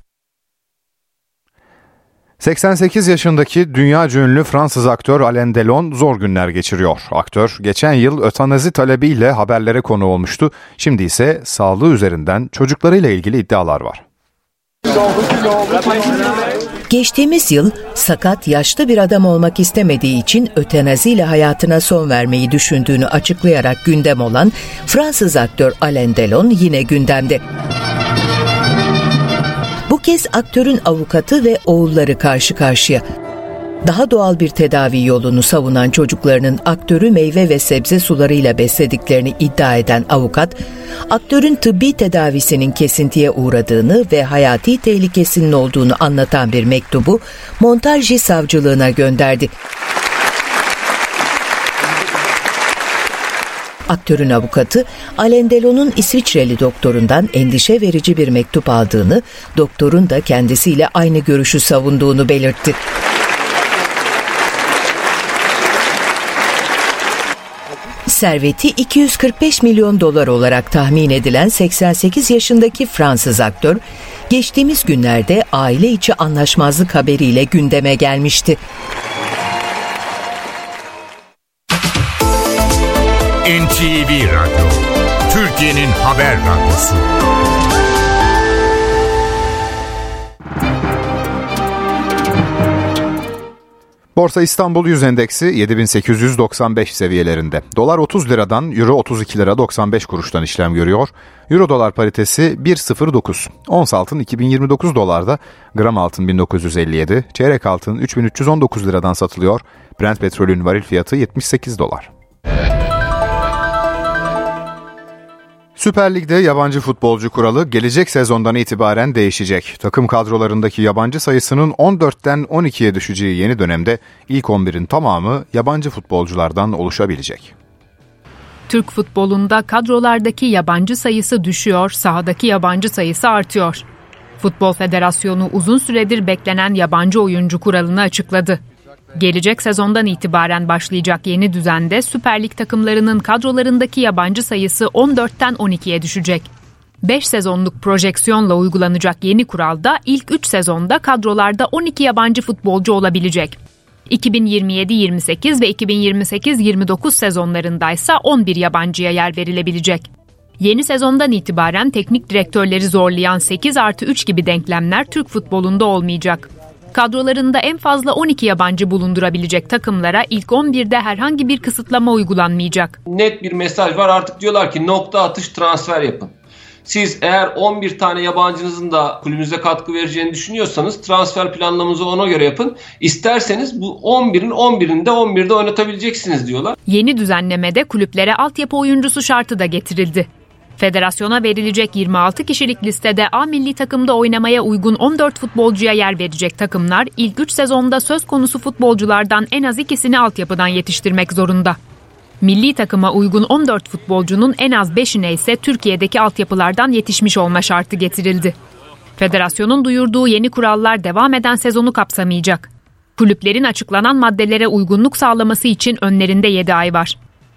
88 yaşındaki dünyaca ünlü Fransız aktör Alain Delon zor günler geçiriyor. Aktör geçen yıl ötenazi talebiyle haberlere konu olmuştu. Şimdi ise sağlığı üzerinden çocuklarıyla ilgili iddialar var. Geçtiğimiz yıl sakat yaşlı bir adam olmak istemediği için ötenaziyle hayatına son vermeyi düşündüğünü açıklayarak gündem olan Fransız aktör Alain Delon yine gündemde. Bu kez aktörün avukatı ve oğulları karşı karşıya. Daha doğal bir tedavi yolunu savunan çocuklarının aktörü meyve ve sebze sularıyla beslediklerini iddia eden avukat, aktörün tıbbi tedavisinin kesintiye uğradığını ve hayati tehlikesinin olduğunu anlatan bir mektubu Montarji savcılığına gönderdi. Aktörün avukatı, Alain Delon'un İsviçreli doktorundan endişe verici bir mektup aldığını, doktorun da kendisiyle aynı görüşü savunduğunu belirtti. Serveti 245 milyon dolar olarak tahmin edilen 88 yaşındaki Fransız aktör, geçtiğimiz günlerde aile içi anlaşmazlık haberiyle gündeme gelmişti. NTV Radyo, Türkiye'nin haber radyosu. Borsa İstanbul Yüz Endeksi 7895 seviyelerinde. Dolar 30 liradan, Euro 32 lira 95 kuruştan işlem görüyor. Euro dolar paritesi 1.09. Ons altın 2029 dolarda, gram altın 1957, çeyrek altın 3319 liradan satılıyor. Brent petrolün varil fiyatı 78 dolar. Süper Lig'de yabancı futbolcu kuralı gelecek sezondan itibaren değişecek. Takım kadrolarındaki yabancı sayısının 14'ten 12'ye düşeceği yeni dönemde ilk 11'in tamamı yabancı futbolculardan oluşabilecek. Türk futbolunda kadrolardaki yabancı sayısı düşüyor, sahadaki yabancı sayısı artıyor. Futbol Federasyonu uzun süredir beklenen yabancı oyuncu kuralını açıkladı. Gelecek sezondan itibaren başlayacak yeni düzende Süper Lig takımlarının kadrolarındaki yabancı sayısı 14'ten 12'ye düşecek. 5 sezonluk projeksiyonla uygulanacak yeni kuralda ilk 3 sezonda kadrolarda 12 yabancı futbolcu olabilecek. 2027-28 ve 2028-29 sezonlarındaysa 11 yabancıya yer verilebilecek. Yeni sezondan itibaren teknik direktörleri zorlayan 8+3 gibi denklemler Türk futbolunda olmayacak. Kadrolarında en fazla 12 yabancı bulundurabilecek takımlara ilk 11'de herhangi bir kısıtlama uygulanmayacak. Net bir mesaj var, artık diyorlar ki nokta atış transfer yapın. Siz eğer 11 tane yabancınızın da kulübünüze katkı vereceğini düşünüyorsanız transfer planlamanızı ona göre yapın. İsterseniz bu 11'in 11'ini de 11'de oynatabileceksiniz diyorlar. Yeni düzenlemede kulüplere altyapı oyuncusu şartı da getirildi. Federasyona verilecek 26 kişilik listede A milli takımda oynamaya uygun 14 futbolcuya yer verecek takımlar ilk 3 sezonda söz konusu futbolculardan en az ikisini altyapıdan yetiştirmek zorunda. Milli takıma uygun 14 futbolcunun en az 5'ine ise Türkiye'deki altyapılardan yetişmiş olma şartı getirildi. Federasyonun duyurduğu yeni kurallar devam eden sezonu kapsamayacak. Kulüplerin açıklanan maddelere uygunluk sağlaması için önlerinde 7 ay var.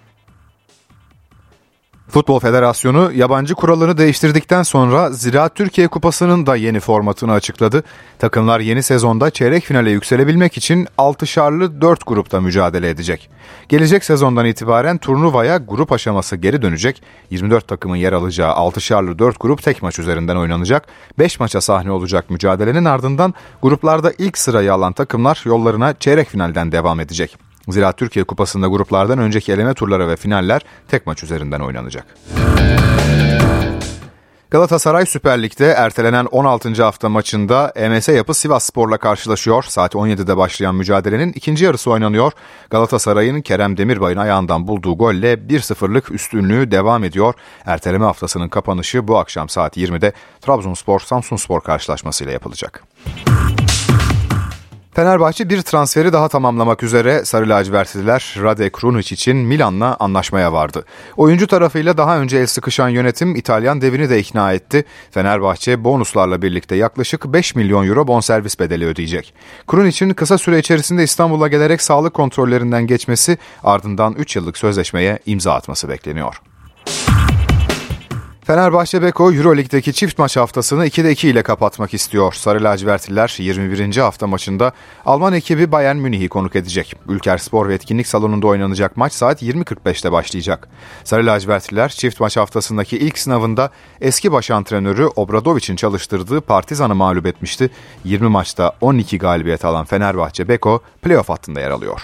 Futbol Federasyonu yabancı kuralını değiştirdikten sonra Ziraat Türkiye Kupası'nın da yeni formatını açıkladı. Takımlar yeni sezonda çeyrek finale yükselebilmek için 6'şarlı 4 grupta mücadele edecek. Gelecek sezondan itibaren turnuvaya grup aşaması geri dönecek. 24 takımın yer alacağı 6'şarlı 4 grup tek maç üzerinden oynanacak. 5 maça sahne olacak mücadelenin ardından gruplarda ilk sırayı alan takımlar yollarına çeyrek finalden devam edecek. Ziraat Türkiye Kupası'nda gruplardan önceki eleme turları ve finaller tek maç üzerinden oynanacak. Galatasaray Süper Lig'de ertelenen 16. hafta maçında EMS Yapı Sivasspor'la karşılaşıyor. Saat 17'de başlayan mücadelenin ikinci yarısı oynanıyor. Galatasaray'ın Kerem Demirbay'ın ayağından bulduğu golle 1-0'lık üstünlüğü devam ediyor. Erteleme haftasının kapanışı bu akşam saat 20'de Trabzonspor-Samsunspor karşılaşmasıyla yapılacak. Fenerbahçe bir transferi daha tamamlamak üzere. Sarı lacivertliler Rade Krunic için Milan'la anlaşmaya vardı. Oyuncu tarafıyla daha önce el sıkışan yönetim İtalyan devini de ikna etti. Fenerbahçe bonuslarla birlikte yaklaşık 5 milyon euro bonservis bedeli ödeyecek. Krunic'in kısa süre içerisinde İstanbul'a gelerek sağlık kontrollerinden geçmesi, ardından 3 yıllık sözleşmeye imza atması bekleniyor. Fenerbahçe Beko Euroleague'deki çift maç haftasını 2'de 2 ile kapatmak istiyor. Sarı lacivertliler 21. hafta maçında Alman ekibi Bayern Münih'i konuk edecek. Ülker Spor ve Etkinlik Salonu'nda oynanacak maç saat 20.45'te başlayacak. Sarı lacivertliler çift maç haftasındaki ilk sınavında eski baş antrenörü Obradovic'in çalıştırdığı Partizan'ı mağlup etmişti. 20 maçta 12 galibiyet alan Fenerbahçe Beko playoff hattında yer alıyor.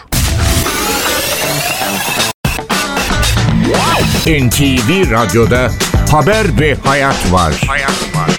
NTV Radyo'da haber ve hayat var.